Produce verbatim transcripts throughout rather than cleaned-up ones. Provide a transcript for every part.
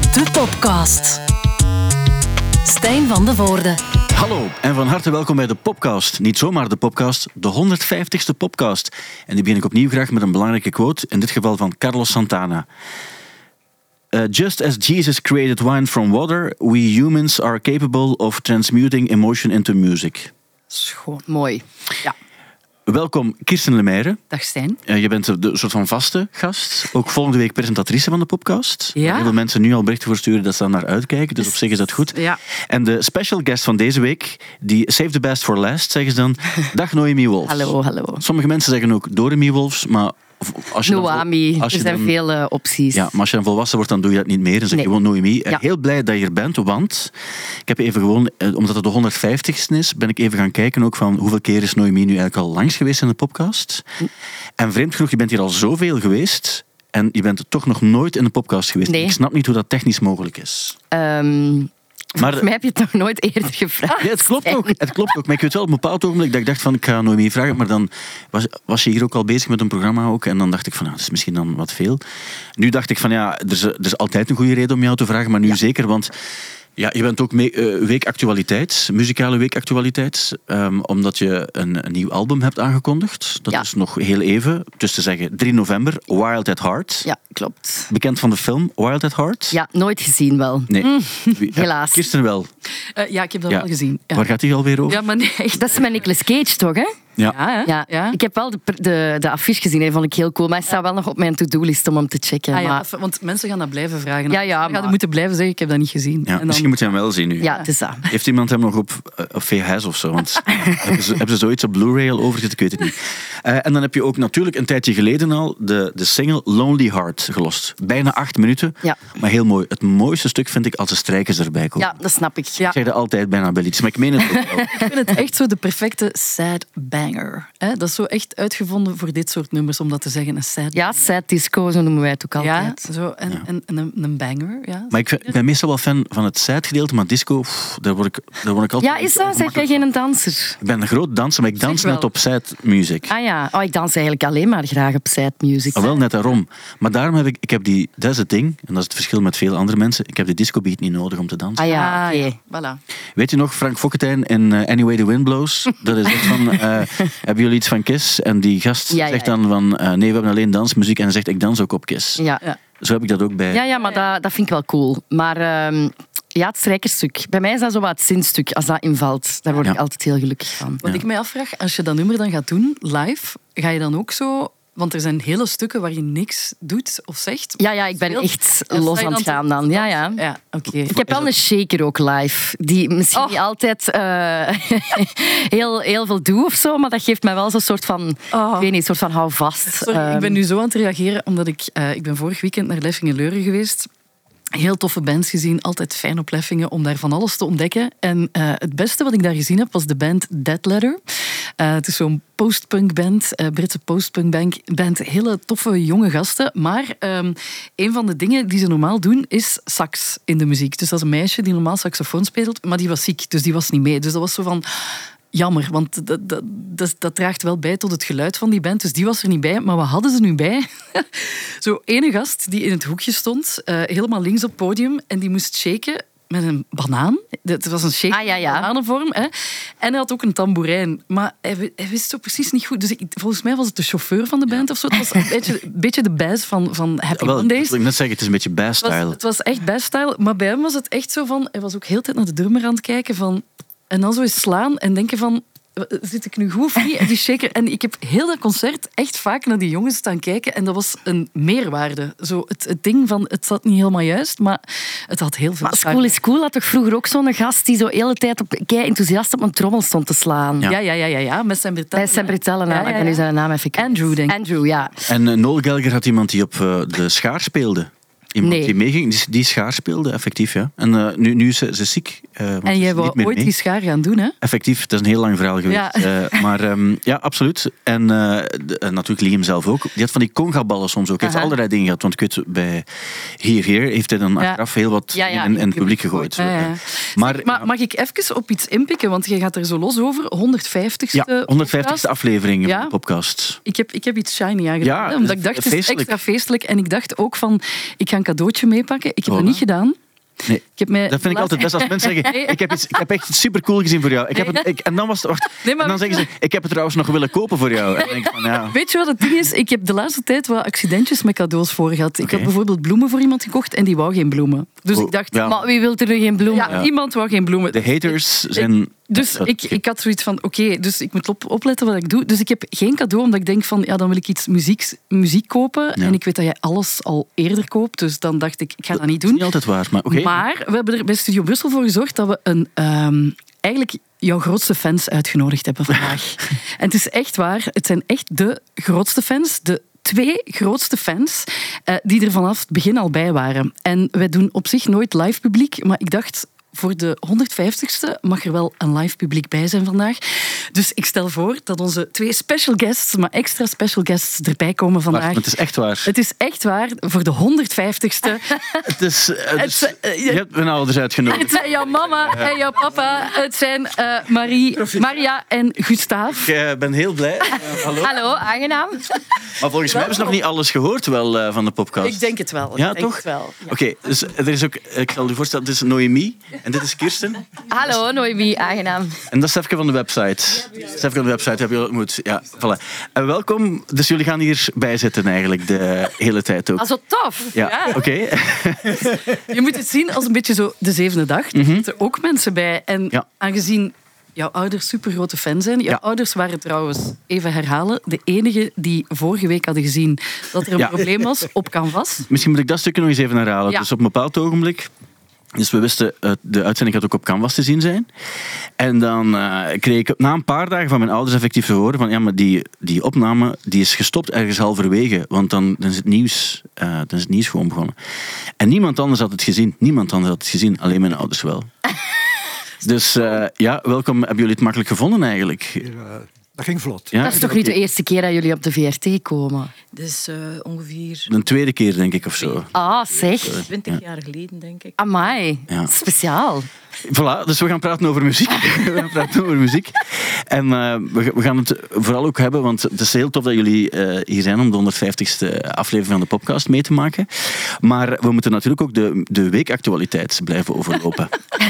De Popcast. Stijn van de Voorde. Hallo en van harte welkom bij de Popcast. Niet zomaar de Popcast, de honderdvijftigste Popcast. En die begin ik opnieuw graag met een belangrijke quote, in dit geval van Carlos Santana. Uh, just as Jesus created wine from water, we humans are capable of transmuting emotion into music. Schoon. Mooi. Ja. Welkom Kirsten Lemaire. Dag Stijn. Uh, je bent de soort van vaste gast. Ook volgende week presentatrice van de Podcast. Ja. Waar heel veel mensen nu al berichten voor sturen dat ze daar naar uitkijken. Dus op zich is dat goed. Ja. En de special guest van deze week, die save the best for last, zeggen ze dan. Dag Noemi Wolfs. Hallo, hallo. Sommige mensen zeggen ook Doremi Wolfs, maar... Als je Noami, dan, als je er zijn dan, veel uh, opties. Ja, maar als je dan volwassen wordt, dan doe je dat niet meer. Dan zeg je Nee. gewoon Noemi. Ja. Heel blij dat je er bent, want ik heb even gewoon, omdat het de honderdvijftigste is, ben ik even gaan kijken ook van hoeveel keer is Noemi nu eigenlijk al langs geweest in de podcast. Hm. En vreemd genoeg, je bent hier al zoveel geweest en je bent toch nog nooit in de podcast geweest. Nee. Ik snap niet hoe dat technisch mogelijk is. Um, Maar, voor mij heb je het nog nooit eerder gevraagd. ja, het klopt ook. Het klopt ook. Maar ik weet wel op een bepaald ogenblik dat ik dacht van ik ga Noemi vragen, maar dan was, was je hier ook al bezig met een programma ook en dan dacht ik van nou, dat is misschien dan wat veel. Nu dacht ik van ja, er is, er is altijd een goede reden om jou te vragen, maar nu ja. zeker, want ja, je bent ook mee, uh, weekactualiteit, muzikale weekactualiteit, um, omdat je een, een nieuw album hebt aangekondigd. Dat ja. is nog heel even, dus te zeggen drie november, Wild at Heart. Ja, klopt. Bekend van de film Wild at Heart? Ja, nooit gezien wel. Nee. Mm, Wie, helaas. Kirsten wel. Uh, ja, ik heb dat ja. wel gezien. Ja. Waar gaat die alweer over? Ja, maar nee. Dat is met Nicolas Cage toch, hè? Ja. Ja, hè? Ja. Ja. Ik heb wel de, de, de affiche gezien, dat vond ik heel cool. Maar hij staat wel nog op mijn to-do-list om hem te checken. Ah, ja, maar... want mensen gaan dat blijven vragen. Ja, ja, Dan maar... gaan moeten blijven zeggen, ik heb dat niet gezien. Ja, en dan... Misschien moet je hem wel zien nu. Ja, het is dat. Heeft iemand hem nog op, uh, op V H S of zo? Want hebben, ze, hebben ze zoiets op Blu-ray al overgezet? Ik weet het niet. Uh, en dan heb je ook natuurlijk een tijdje geleden al de, de single Lonely Heart gelost. Bijna acht minuten, ja. maar heel mooi. Het mooiste stuk vind ik als de strijkers erbij komen. Ja, dat snap ik. Ja. Ik zeg dat altijd bijna bij iets, maar ik meen het ook wel. Ik vind het echt zo de perfecte sad banger. Hè? Dat is zo echt uitgevonden voor dit soort nummers, om dat te zeggen. Een sad Ja, sad disco, zo noemen wij het ook altijd. Ja, zo, en, ja. en, en een, een banger. Ja. Maar ik, vind, ik ben meestal wel fan van het sad gedeelte, maar disco, pff, daar, word ik, daar word ik altijd... Ja, is dat? Zeg jij geen danser? Ik ben een groot danser, maar ik dans net op sad music. Ah ja, oh, ik dans eigenlijk alleen maar graag op sad music. Oh, wel, net daarom. Maar daarom heb ik, ik heb die, dat is het ding, en dat is het verschil met veel andere mensen, ik heb de disco beat niet nodig om te dansen. Ah ja, oké. Okay. Ja, voilà. Weet je nog, Frank Fokkentijn in uh, Anyway the Wind Blows? Dat is echt van, uh, hebben jullie iets van Kiss? En die gast ja, zegt ja, ja. dan van, uh, nee, we hebben alleen dansmuziek. En hij zegt, ik dans ook op Kiss. Ja. Ja. Zo heb ik dat ook bij. Ja, ja maar dat, dat vind ik wel cool. Maar um, ja, het strijkerstuk. Bij mij is dat zo wat het zinstuk. Als dat invalt, daar word ik ja. altijd heel gelukkig van. Wat ja. ik mij afvraag, als je dat nummer dan gaat doen, live, ga je dan ook zo... Want er zijn hele stukken waar je niks doet of zegt. Ja, ja, ik ben echt los aan het gaan dan. Ja, ja. ja okay. Ik heb wel een shaker ook live. Die misschien oh. niet altijd uh, heel, heel veel doe of zo, maar dat geeft mij wel zo'n soort van... Oh. Ik weet niet, een soort van hou vast. Sorry, um. ik ben nu zo aan het reageren, omdat ik... Uh, ik ben vorig weekend naar Leffinge-Leuren geweest. Heel toffe bands gezien, altijd fijn op Leffingen om daar van alles te ontdekken. En uh, het beste wat ik daar gezien heb was de band Dead Letter. Uh, het is zo'n postpunk band, uh, Britse postpunk band. Hele toffe jonge gasten. Maar um, een van de dingen die ze normaal doen is sax in de muziek. Dus dat is een meisje die normaal saxofoon speelt, maar die was ziek, dus die was niet mee. Dus dat was zo van... Jammer, want dat, dat, dat, dat draagt wel bij tot het geluid van die band. Dus die was er niet bij. Maar wat hadden ze nu bij? Zo ene gast die in het hoekje stond, uh, helemaal links op het podium, en die moest shaken met een banaan. Het was een shake ah, ja, ja. bananenvorm. Hè? En hij had ook een tamboerijn. Maar hij, hij wist zo precies niet goed. Dus ik, volgens mij was het de chauffeur van de band ja. of zo. Het was een beetje, een beetje de bass van, van Happy ja, wel, Mondays. Dat wil ik net zeggen, het is een beetje bass-style. Het was, het was echt bass-style. Maar bij hem was het echt zo van... Hij was ook heel de tijd naar de drummer aan het kijken van... En dan zo eens slaan en denken van... Zit ik nu goed of niet? En, die shaker, en ik heb heel dat concert echt vaak naar die jongens staan kijken. En dat was een meerwaarde. Zo het, het ding van, het zat niet helemaal juist, maar het had heel veel... Maar School is Cool had toch vroeger ook zo'n gast die zo de hele tijd op, kei enthousiast op een trommel stond te slaan? Ja, ja, ja, ja, ja. Met zijn Britellen. Met zijn Britellen, ja, ja, ja. Ik ben nu zijn naam even... Andrew, denk ik. Andrew, ja. En uh, Noel Gallagher had iemand die op uh, de schaar speelde. Iemand nee. die meeging, die, die schaar speelde, effectief, ja. En uh, nu, nu is ze, ze ziek. Uh, en jij wou ooit mee. die schaar gaan doen, hè? Effectief, het is een heel lang verhaal geweest. Ja. Uh, maar um, ja, absoluut. En uh, de, uh, natuurlijk Liam zelf ook. Die had van die congaballen soms ook. Hij heeft allerlei dingen gehad. Want ik weet, bij Hier Hier heeft hij dan achteraf ja. heel wat ja, ja, in, in het publiek gegooid. Ja, ja. Maar, Zeg, maar mag ik even op iets inpikken? Want je gaat er zo los over. honderdvijftigste ja, honderdvijftigste podcast. aflevering Ja. van de podcast. Ik heb, ik heb iets shiny aangedaan. Ja, hè, omdat ik dacht, het is feestelijk. extra feestelijk. En ik dacht ook van, ik ga een cadeautje meepakken. Ik heb Voilà. dat niet gedaan. Nee. Ik heb mij Dat vind ik altijd best als mensen zeggen, Nee. ik heb, iets, ik heb echt iets supercool gezien voor jou. Ik heb het, ik, en dan, was het, wacht, Nee, maar en dan zeggen ze, ik heb het trouwens nog willen kopen voor jou. En dan denk ik van, ja. Weet je wat het ding is? Ik heb de laatste tijd wat accidentjes met cadeaus voor gehad. Ik Oké. heb bijvoorbeeld bloemen voor iemand gekocht en die wou geen bloemen. Dus Oh, ik dacht, ja. Maar wie wil er nu geen bloemen? ja, Ja. iemand wou geen bloemen. De haters zijn... Dus dat- ik, ik had zoiets van, oké, dus ik moet op, opletten wat ik doe. Dus ik heb geen cadeau, omdat ik denk van, ja, dan wil ik iets muziek, muziek kopen. Ja. En ik weet dat jij alles al eerder koopt, dus dan dacht ik, ik ga dat niet Dat is doen. niet altijd waar, maar oké. Maar we hebben er bij Studio Brussel voor gezorgd dat we een, ehm, eigenlijk jouw grootste fans uitgenodigd hebben vandaag. En het is echt waar, het zijn echt de grootste fans, de twee grootste fans, eh, die er vanaf het begin al bij waren. En wij doen op zich nooit live publiek, maar ik dacht, voor de honderdvijftigste mag er wel een live publiek bij zijn vandaag. Dus ik stel voor dat onze twee special guests, maar extra special guests, erbij komen vandaag. Wacht, maar het is echt waar. Het is echt waar, voor de honderdvijftigste. Het is, het is- Het- eh, je hebt mijn ouders uitgenodigd. Het zijn jouw mama en jouw papa. Het zijn eh, Marie, Maria en Gustaaf. Ik eh, ben heel blij. Eh, hallo. Hallo, aangenaam. Maar volgens mij hebben ze nog niet alles gehoord wel, eh, van de podcast. Ik denk het wel. Ik Ja, denk toch? Het wel. Ja. Oké, dus er is ook, ik zal u voorstellen, dit is Noémie en dit is Kirsten. Hallo, Noémie, aangenaam. En dat is Stefke van de website. Stefke van de website heb je al ontmoet. Ja, voilà. En welkom. Dus jullie gaan hier bij zitten eigenlijk de hele tijd ook. Ah, zo tof. Ja, oké. Je moet het zien als een beetje zo de zevende dag. Er zitten ook mensen bij. En Ja. aangezien jouw ouders supergrote fan zijn. Jouw Ja. ouders waren trouwens, even herhalen, de enige die vorige week hadden gezien dat er een Ja. probleem was op Canvas. Misschien moet ik dat stukje nog eens even herhalen. Ja. Dus op een bepaald ogenblik... Dus we wisten, uh, de uitzending gaat ook op Canvas te zien zijn. En dan uh, kreeg ik na een paar dagen van mijn ouders effectief te horen van ja, maar die, die opname die is gestopt ergens halverwege. Want dan, dan, is het nieuws, uh, dan is het nieuws gewoon begonnen. En niemand anders had het gezien. Niemand anders had het gezien. Alleen mijn ouders wel. Dus uh, ja, welkom. Hebben jullie het makkelijk gevonden eigenlijk? Uh, dat ging vlot. Ja? Dat is toch niet de eerste keer dat jullie op de V R T komen? Dus uh, ongeveer Een tweede keer, denk ik, of zo. Ah, zeg. twintig Ja. jaar geleden, denk ik. Amai. Ja. Speciaal. Voilà, dus we gaan praten over muziek. we gaan praten over muziek. En uh, we, we gaan het vooral ook hebben, want het is heel tof dat jullie uh, hier zijn om de honderdvijftigste aflevering van de podcast mee te maken. Maar we moeten natuurlijk ook de, de weekactualiteit blijven overlopen.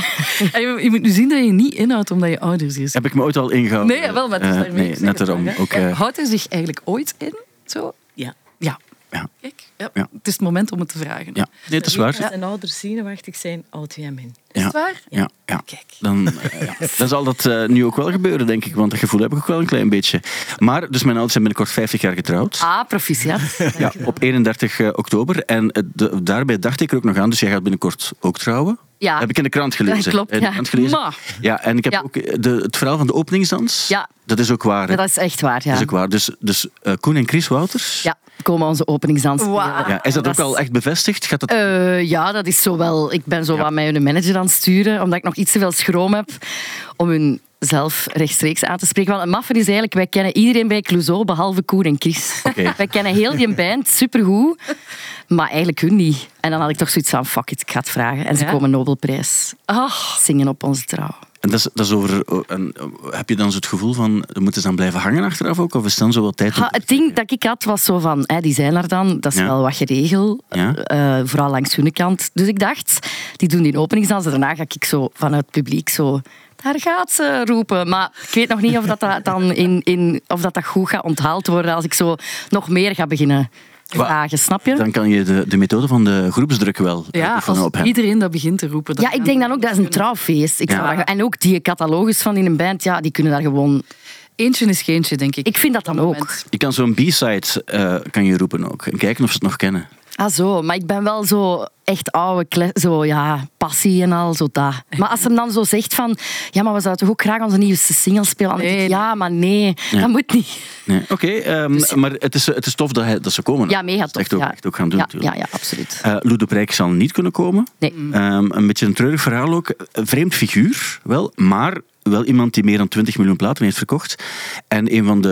En je, je moet nu zien dat je niet inhoudt omdat je ouders hier zijn. Heb ik me ooit al ingehouden? Nee, wel, maar het is Uh, daarmee nee, ik zeg net het daarom. maar, hè. Ook, uh, Houdt hij zich eigenlijk ooit in? Zo? Ja. Ja. ja, Kijk, ja. Ja. Het is het moment om het te vragen. ja, nee, dat is waar. Als zijn ouders zien, wacht ik zijn oud wie hem in. Is Ja. het waar? Ja, ja. Kijk. Dan, uh, ja. dan zal dat uh, nu ook wel gebeuren, denk ik. Want dat gevoel heb ik ook wel een klein beetje. Maar, dus mijn ouders zijn binnenkort vijftig jaar getrouwd. Ah, proficiat. Ja, op eenendertig oktober. En uh, de, daarbij dacht ik er ook nog aan, dus jij gaat binnenkort ook trouwen. Ja. Heb ik in de krant gelezen. Dat klopt, In de ja. krant gelezen. Maar. Ja, en ik heb Ja. ook de, het verhaal van de openingsdans. Ja. Dat is ook waar. hè? Dat is echt waar, ja. Dat is ook waar. Dus, dus uh, Koen en Chris Wouters. Ja, komen onze openingsdans spelen. Wauw. Ja, is dat ook Dat al echt bevestigd? Gaat dat... Eh, ja, dat is zo wel. Ik ben zo Ja. wat met hun manager aan het sturen, omdat ik nog iets te veel schroom heb om hun zelf rechtstreeks aan te spreken. Want het maffe is eigenlijk, wij kennen iedereen bij Clouseau, behalve Koen en Chris. Oké. Wij kennen heel die band, supergoed, maar eigenlijk hun niet. En dan had ik toch zoiets van, fuck it, ik ga het vragen. En ze Ja? komen Nobelprijs Ach, zingen op onze trouw. En dat is, dat is over, en, heb je dan zo het gevoel van, moeten ze dan blijven hangen achteraf ook? Of is dan zo wat tijd? om Ha, te het ding dat ik had was zo van, hè, die zijn er dan, dat is Ja. wel wat geregeld, Ja. eh, vooral langs hun kant. Dus ik dacht, die doen die openingsdans, en daarna ga ik zo vanuit het publiek zo, daar gaat ze roepen. Maar ik weet nog niet of dat, dat dan in, in, of dat, dat goed gaat onthaald worden als ik zo nog meer ga beginnen vragen, snap je? Dan kan je de, de methode van de groepsdruk wel ja, uitoefenen als op hen. iedereen dat begint te roepen. Ja, ik denk dan ook, dat is een trouwfeest. Ik Ja. zou dat- En ook die catalogus van in een band, ja, die kunnen daar gewoon... Eentje is geentje, denk ik. Ik vind dat dan ook. Moment. Je kan zo'n B-side uh, kan je roepen ook. En kijken of ze het nog kennen. Ah zo, maar ik ben wel zo echt oude, kle- zo ja, passie en al, zo dat. Maar als hem dan zo zegt van, ja, maar we zouden toch ook graag onze nieuwste single spelen? Dan denk ik, Nee. ja, maar nee, Ja. dat moet niet. Nee. Oké, um, maar het is, het is tof dat, hij, dat ze komen. Ja, mega Dat is tof. echt ook, ja. echt ook gaan doen ja, natuurlijk. ja, ja, absoluut. Uh, Lou de Prijk zal niet kunnen komen. Nee. Um, een beetje een treurig verhaal ook. Een vreemd figuur, wel, maar wel iemand die meer dan twintig miljoen platen heeft verkocht. En een van de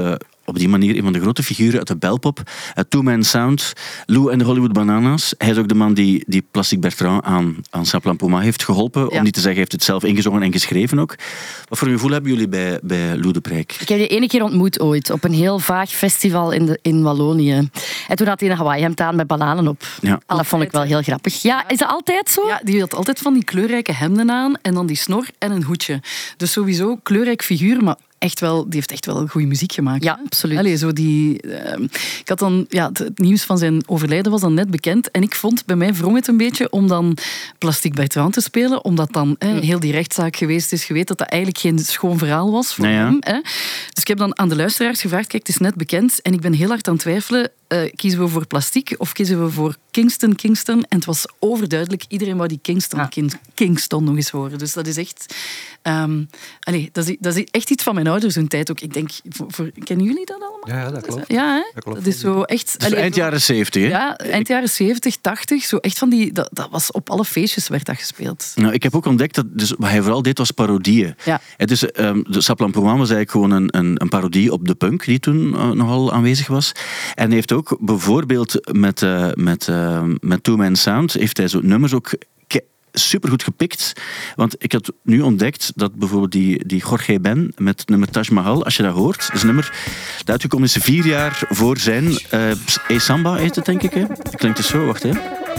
op die manier een van de grote figuren uit de belpop. Uh, Two Man Sound, Lou en de Hollywood Bananas. Hij is ook de man die, die Plastic Bertrand aan, aan Saplan Poma heeft geholpen. Ja. Om niet te zeggen, hij heeft het zelf ingezongen en geschreven ook. Wat voor gevoel hebben jullie bij, bij Lou de Prijk? Ik heb die ene keer ontmoet ooit, op een heel vaag festival in, de, in Wallonië. En toen had hij een Hawaii-hemd aan met bananen op. Ja. En dat vond ik wel heel grappig. Ja, is dat altijd zo? Ja, die had altijd van die kleurrijke hemden aan en dan die snor en een hoedje. Dus sowieso kleurrijk figuur, maar echt wel, die heeft echt wel goede muziek gemaakt. Ja, absoluut. Allee, zo die, uh, ik had dan, ja, het, het nieuws van zijn overlijden was dan net bekend en ik vond, bij mij wrong het een beetje om dan Plastic Bertrand te spelen, omdat dan eh, heel die rechtszaak geweest is. Je weet dat dat eigenlijk geen schoon verhaal was voor ja, ja. hem. Eh. Dus ik heb dan aan de luisteraars gevraagd, kijk, het is net bekend en ik ben heel hard aan het twijfelen, uh, kiezen we voor Plastic of kiezen we voor Kingston, Kingston? En het was overduidelijk, iedereen wou die Kingston, ja. Kingston nog eens horen. Dus dat is echt... Um, allez, dat, is, dat is echt iets van mijn ouders hun tijd ook. Ik denk, voor, voor, kennen jullie dat allemaal? Ja, dat klopt. Ja, hè? Dat, klopt. Dat is zo echt... Dus allez, eind jaren zeventig, hè? Ja, eind jaren zeventig, tachtig. Zo echt van die... Dat, dat was op alle feestjes werd dat gespeeld. Nou, ik heb ook ontdekt dat dus, wat hij vooral deed was parodieën. Ja. Het is, um, de Saplan Poma was eigenlijk gewoon een, een, een parodie op de punk die toen uh, nogal aanwezig was. En hij heeft ook bijvoorbeeld met, uh, met, uh, met Two Man Sound heeft hij zo nummers ook supergoed gepikt. Want ik had nu ontdekt dat bijvoorbeeld die, die Jorge Ben met het nummer Taj Mahal, als je dat hoort, dat is een nummer dat uitgekomen is vier jaar voor zijn uh, E Samba heet het, denk ik. Hè? Dat klinkt dus zo, wacht hè.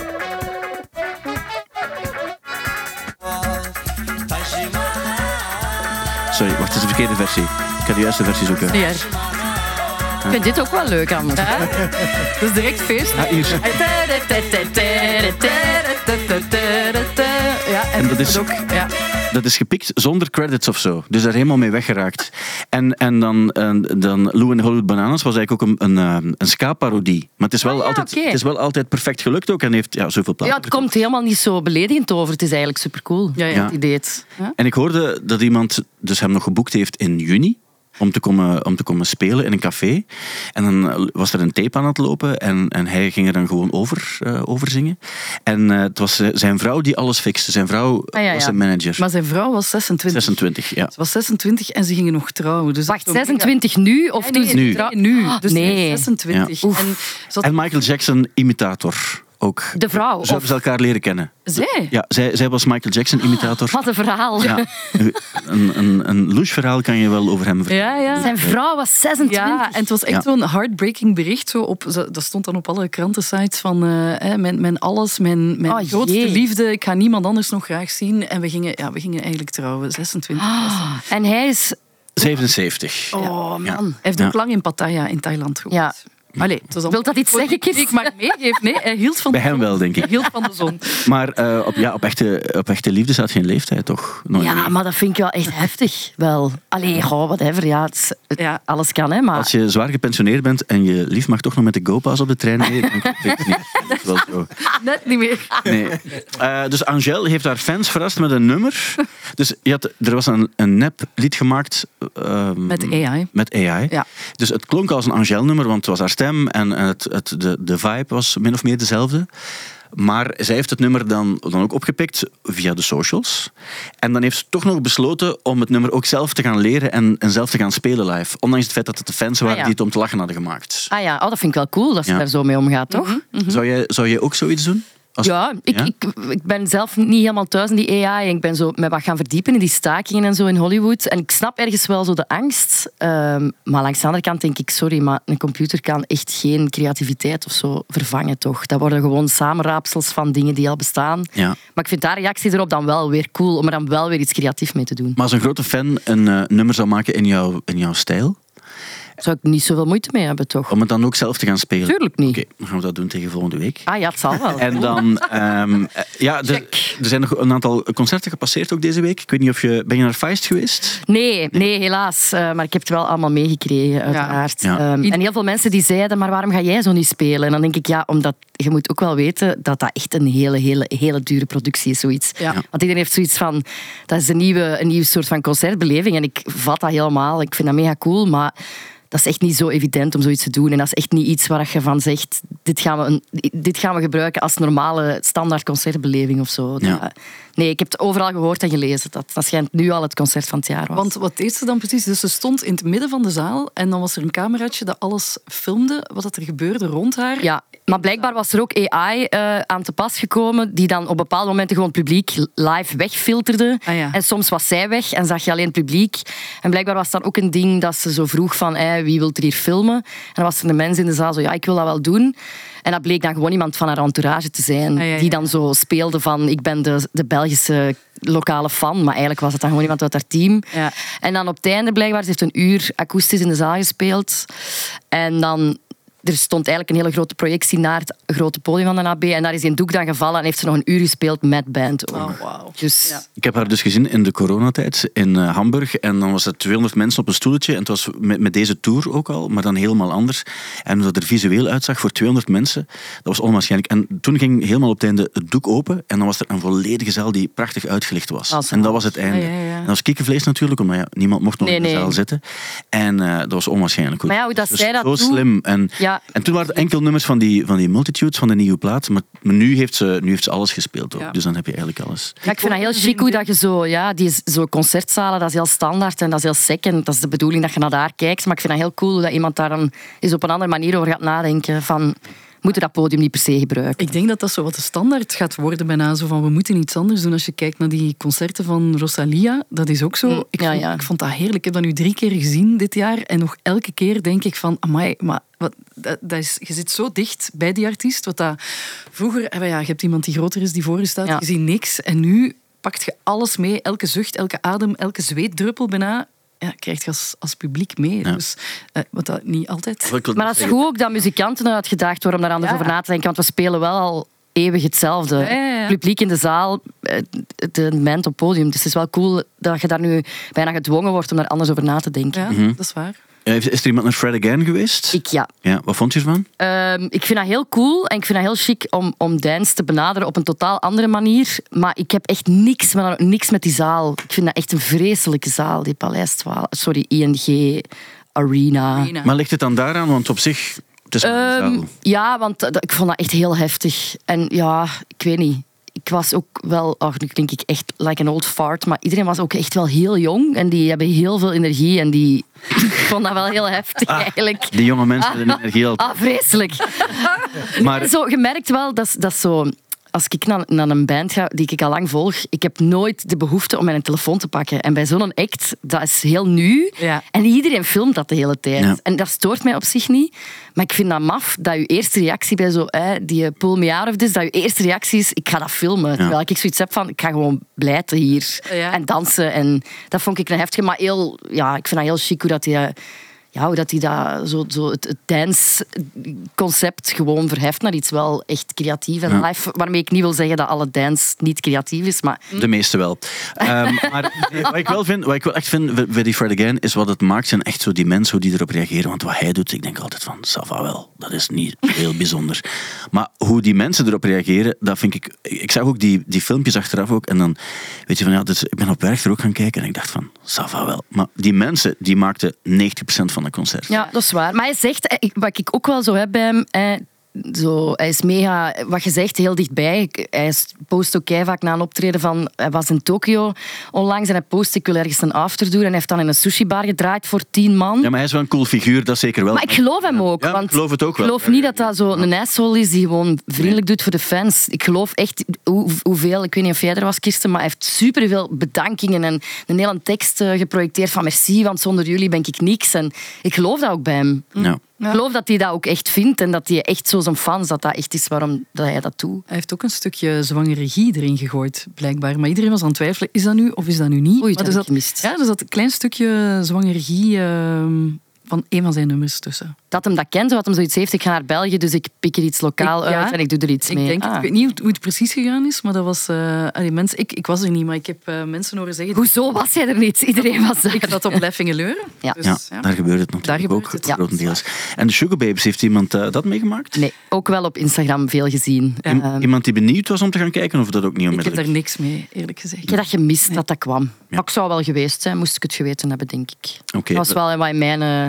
Sorry, wacht, het is de verkeerde versie. Ik ga de juiste versie zoeken. Ja. Ik vind dit ook wel leuk aan. Ja? Dat is direct feest. Ah, hier. Ja, en, En dat is, ook, ja. dat is gepikt zonder credits of zo. Dus daar helemaal mee weggeraakt. En, en dan, en, dan Lou en de Hollywood Bananas was eigenlijk ook een, een, een ska-parodie. Maar het is, wel Ah, ja, altijd, okay. het is wel altijd perfect gelukt ook. En heeft ja, zoveel platen. Ja, het komt helemaal niet zo beledigend over. Het is eigenlijk supercool Ja, ja. wat hij deed. Ja? En ik hoorde dat iemand dus hem nog geboekt heeft in juni. Om te, komen, om te komen spelen in een café. En dan was er een tape aan het lopen. En, en hij ging er dan gewoon over, uh, over zingen. En uh, het was zijn vrouw die alles fixte. Zijn vrouw ah, ja, ja. was zijn manager. Maar zijn vrouw was zesentwintig. zesentwintig, ja. Ze was zesentwintig en ze gingen nog trouwen. Dus Wacht, zesentwintig nu? Of nee, toen nee, ze nu. trouw- nu. Dus nee. zesentwintig. Ja. En, ze had- En Michael Jackson imitator ook. De vrouw. Zo hebben ze elkaar leren kennen. zij? Ja, zij, zij was Michael Jackson imitator. Wat een verhaal. Ja, een, een, een louche verhaal kan je wel over hem vertellen. Ja, ja. Zijn vrouw was zesentwintig. Ja, en het was echt Ja. zo'n heartbreaking bericht. Zo op, dat stond dan op alle krantensites van uh, mijn, mijn alles, mijn, mijn Oh, grootste jee. liefde. Ik ga niemand anders nog graag zien. En we gingen, ja, we gingen eigenlijk trouwen, zesentwintig. Ah, en hij is... zevenenzeventig. Oh, man. Ja. Hij heeft Ja. ook lang in Pattaya in Thailand gewoond. Ja. Allee, het was al- Wilt dat iets zeggen, Chris? Die ik maar meegeef. Nee, hij hield van Bij de hem zon. wel, denk ik. Hij hield van de zon. Maar uh, op, ja, op, echte, op echte liefde staat geen leeftijd, toch? Nooit Ja, meer. maar dat vind ik wel echt heftig. Wel. Allee, goh, whatever. Ja, het, is- het- Ja. alles kan, hè. Maar... Als je zwaar gepensioneerd bent en je lief mag toch nog met de GoPa's op de trein rijden, dan vind ik het niet. Dat is wel zo. Net niet meer. Nee. Uh, dus Angèle heeft haar fans verrast met een nummer. Dus je had, er was een, een nep lied gemaakt. Uh, Met A I. Met A I. Ja. Dus het klonk als een Angèle-nummer, want het was haar stem en het, het, de, de vibe was min of meer dezelfde. Maar zij heeft het nummer dan, dan ook opgepikt via de socials. En dan heeft ze toch nog besloten om het nummer ook zelf te gaan leren en, en zelf te gaan spelen live. Ondanks het feit dat het de fans waren Ah, ja. die het om te lachen hadden gemaakt. Ah ja, oh, dat vind ik wel cool dat ze Ja. daar zo mee omgaat, toch? Zou, jij, zou jij ook zoiets doen? Als- Ja, ik, Ja? Ik, ik ben zelf niet helemaal thuis in die A I. Ik ben zo met wat gaan verdiepen in die stakingen en zo in Hollywood. En ik snap ergens wel zo de angst. Um, maar langs de andere kant denk ik, sorry, maar een computer kan echt geen creativiteit of zo vervangen, toch? Dat worden gewoon samenraapsels van dingen die al bestaan. Ja. Maar ik vind daar reactie erop dan wel weer cool, om er dan wel weer iets creatiefs mee te doen. Maar als een grote fan een uh, nummer zou maken in, jouw in jouw stijl, Daar zou ik niet zoveel moeite mee hebben, toch? om het dan ook zelf te gaan spelen? Tuurlijk niet. Oké, dan gaan we dat doen tegen volgende week. Ah ja, het zal wel. En dan, um, ja, er, er zijn nog een aantal concerten gepasseerd ook deze week. Ik weet niet of je, ben je naar Feist geweest? Nee, nee, helaas. Uh, maar ik heb het wel allemaal meegekregen, uiteraard. Ja. Um, en heel veel mensen die zeiden, maar waarom ga jij zo niet spelen? En dan denk ik, ja, omdat je moet ook wel weten dat dat echt een hele, hele, hele dure productie is, zoiets. Ja. Want iedereen heeft zoiets van, dat is een nieuwe, een nieuwe soort van concertbeleving. En ik vat dat helemaal. Ik vind dat mega cool, maar dat is echt niet zo evident om zoiets te doen. En dat is echt niet iets waar je van zegt, dit gaan we, een, dit gaan we gebruiken als normale standaard concertbeleving of zo. Ja. Dat, nee, ik heb het overal gehoord en gelezen. Dat, dat schijnt nu al het concert van het jaar was. Want wat deed ze dan precies? Dus ze stond in het midden van de zaal en dan was er een cameraatje dat alles filmde, wat er gebeurde rond haar. Ja, maar blijkbaar was er ook A I uh, aan te pas gekomen die dan op bepaalde momenten gewoon het publiek live wegfilterde. Ah, ja. En soms was zij weg en zag je alleen het publiek. En blijkbaar was dan ook een ding dat ze zo vroeg van hey, wie wil er hier filmen? En dan was er een mens in de zaal zo ja, ik wil dat wel doen. En dat bleek dan gewoon iemand van haar entourage te zijn. Ah, ja, ja. Die dan zo speelde van ik ben de, de Belgische lokale fan. Maar eigenlijk was het dan gewoon iemand uit haar team. Ja. En dan op het einde blijkbaar, ze heeft een uur akoestisch in de zaal gespeeld. En dan... Er stond eigenlijk een hele grote projectie naar het grote podium van de A B. En daar is een doek dan gevallen en heeft ze nog een uur gespeeld met band. Ook. Oh, wow. Dus Ja. Ik heb haar dus gezien in de coronatijd in uh, Hamburg. En dan was er tweehonderd mensen op een stoeltje. En het was met, met deze tour ook al, maar dan helemaal anders. En hoe dat er visueel uitzag voor tweehonderd mensen, dat was onwaarschijnlijk. En toen ging helemaal op het einde het doek open. En dan was er een volledige zaal die prachtig uitgelicht was. Als en dat was het einde. Ja, ja, ja. En dat was kikkenvlees natuurlijk, omdat ja, niemand mocht nog Nee, in de nee. zaal zitten. En uh, dat was onwaarschijnlijk goed. Maar ja, hoe dat dus zij dat zo doet- slim. En, Ja. en toen waren er enkel nummers van die, van die Multitudes, van de nieuwe plaat. Maar, maar nu, heeft ze, nu heeft ze alles gespeeld ook. Ja. Dus dan heb je eigenlijk alles. Ja, ik vind dat heel chic hoe dat je zo... Ja, die is- zo concertzalen, dat is heel standaard en dat is heel sec. En dat is de bedoeling dat je naar daar kijkt. Maar ik vind dat heel cool hoe dat iemand daar dan eens op een andere manier over gaat nadenken. Van, moeten dat podium niet per se gebruiken? Ik denk dat dat zo wat de standaard gaat worden bijna. Zo van, we moeten iets anders doen. Als je kijkt naar die concerten van Rosalia, dat is ook zo. Mm, Ik, ja, vond, ja. ik vond dat heerlijk. Ik heb dat nu drie keer gezien dit jaar. En nog elke keer denk ik van, amai, maar wat, dat, dat is, je zit zo dicht bij die artiest. Wat dat, vroeger, eh, ja, je hebt iemand die groter is, die voor je staat. Ja. Je ziet niks. En nu pakt je alles mee. Elke zucht, elke adem, elke zweetdruppel bijna. Ja, krijg je als, als publiek mee. Ja. Dus, eh, wat dat niet altijd... Maar dat is goed ook dat muzikanten uitgedaagd worden om daar anders Ja. over na te denken. Want we spelen wel al eeuwig hetzelfde. Ja, ja, ja. Publiek in de zaal, eh, de band op het podium. Dus het is wel cool dat je daar nu bijna gedwongen wordt om daar anders over na te denken. Ja, dat is waar. Ja, Is is er iemand naar Fred Again geweest? Ik ja. Ja, wat vond je ervan? Ehm, ik vind dat heel cool en ik vind dat heel chic om, om dance te benaderen op een totaal andere manier. Maar ik heb echt niks, maar dan ook niks met die zaal. Ik vind dat echt een vreselijke zaal, die Paleis twaalf. Sorry, I N G Arena. Arena. Maar ligt het dan daaraan? Want op zich, het is maar een Ehm, zaal. ja, want dat- ik vond dat echt heel heftig. En ja, ik weet niet. Ik was ook wel, oh, nu klink ik echt like an old fart, maar iedereen was ook echt wel heel jong en die hebben heel veel energie en die... Ik vond dat wel heel heftig eigenlijk. Die jonge mensen met de energie al. Ah, vreselijk. Maar Zo, je merkt wel, dat is, dat is zo... Als ik naar, naar een band ga die ik al lang volg, ik heb nooit de behoefte om mijn telefoon te pakken. En bij zo'n act, dat is heel nieuw. Ja. En iedereen filmt dat de hele tijd. Ja. En dat stoort mij op zich niet. Maar ik vind dat maf, dat je eerste reactie bij zo, hè, die pull me out of this, dat je eerste reactie is, ik ga dat filmen. Terwijl ik zoiets heb van, ik ga gewoon blijten hier. Ja. En dansen. En dat vond ik een heftige, maar heel, ja, ik vind dat heel chic hoe dat die... Ja, hoe dat hij dat, zo, zo het, het dance-concept gewoon verheft naar iets wel echt creatief en Ja. live. Waarmee ik niet wil zeggen dat alle dance niet creatief is, maar de meeste wel. Ehm, maar nee, wat ik wel vind, wat ik wel echt vind bij die Fred Again, is wat het maakt, zijn echt zo die mensen, hoe die erop reageren. Want wat hij doet, ik denk altijd van, ça va wel. Dat is niet heel bijzonder. Maar hoe die mensen erop reageren, dat vind ik... Ik zag ook die, die filmpjes achteraf ook. En dan, weet je van, ja, dus ik ben op werk er ook gaan kijken. En ik dacht van, ça va wel. Maar die mensen, die maakten negentig procent van een concert. ja, dat is waar. Maar hij zegt, eh, ik- wat ik ook wel zo heb bij hem, eh, zo, hij is mega, wat je zegt, heel dichtbij. Ik- Hij is- post ook vaak na een optreden van, hij was in Tokio onlangs en hij post, ik wil ergens een after doen en hij heeft dan in een sushibar gedraaid voor tien man. Ja, maar hij is wel een cool figuur, dat zeker wel. Maar ik geloof hem ook. Ja, want ik geloof het ook wel. Ik geloof niet dat dat zo een asshole is die gewoon vriendelijk doet voor de fans. Ik geloof echt hoe, hoeveel, ik weet niet of jij er was, Kirsten, maar hij heeft superveel bedankingen en een hele tekst eh, geprojecteerd van merci, want zonder jullie ben ik niks. En ik geloof dat ook bij hem. Ja. Ik geloof dat hij dat ook echt vindt en dat hij echt zo zijn fans, dat dat echt is waarom dat hij dat doet. Hij heeft ook een stukje zwangere regie erin gegooid, blijkbaar. Maar iedereen was aan het twijfelen, is dat nu of is dat nu niet? Oei, dat maar heb er ik gemist. Ja, er zat een klein stukje zwangere regie uh, van een van zijn nummers tussen. Dat hem dat kent, dat hem zoiets heeft, ik ga naar België, dus ik pik er iets lokaal Ik- ja. uit en ik doe er iets Ik, mee. denk, Ah. ik weet niet hoe het precies gegaan is, maar dat was... Uh, allee, mensen, ik, ik was er niet, maar ik heb uh, mensen horen zeggen... Hoezo was jij er niet? Iedereen was er. Ik had dat op Leffingeleuren. Ja. Dus, Ja, ja. daar gebeurt het natuurlijk Daar gebeurt ook het, ja. grotendeels. En de Sugar Babes, heeft iemand uh, dat meegemaakt? Nee, ook wel op Instagram veel gezien. Ja. I- Ehm, iemand die benieuwd was om te gaan kijken, of dat ook niet Ik heb onmiddellijk? daar niks mee, eerlijk gezegd. Ik heb dat gemist dat dat kwam. Maar ik zou wel geweest zijn, moest ik het geweten hebben, denk ik. Oké. Dat was wel wat in mijn, uh,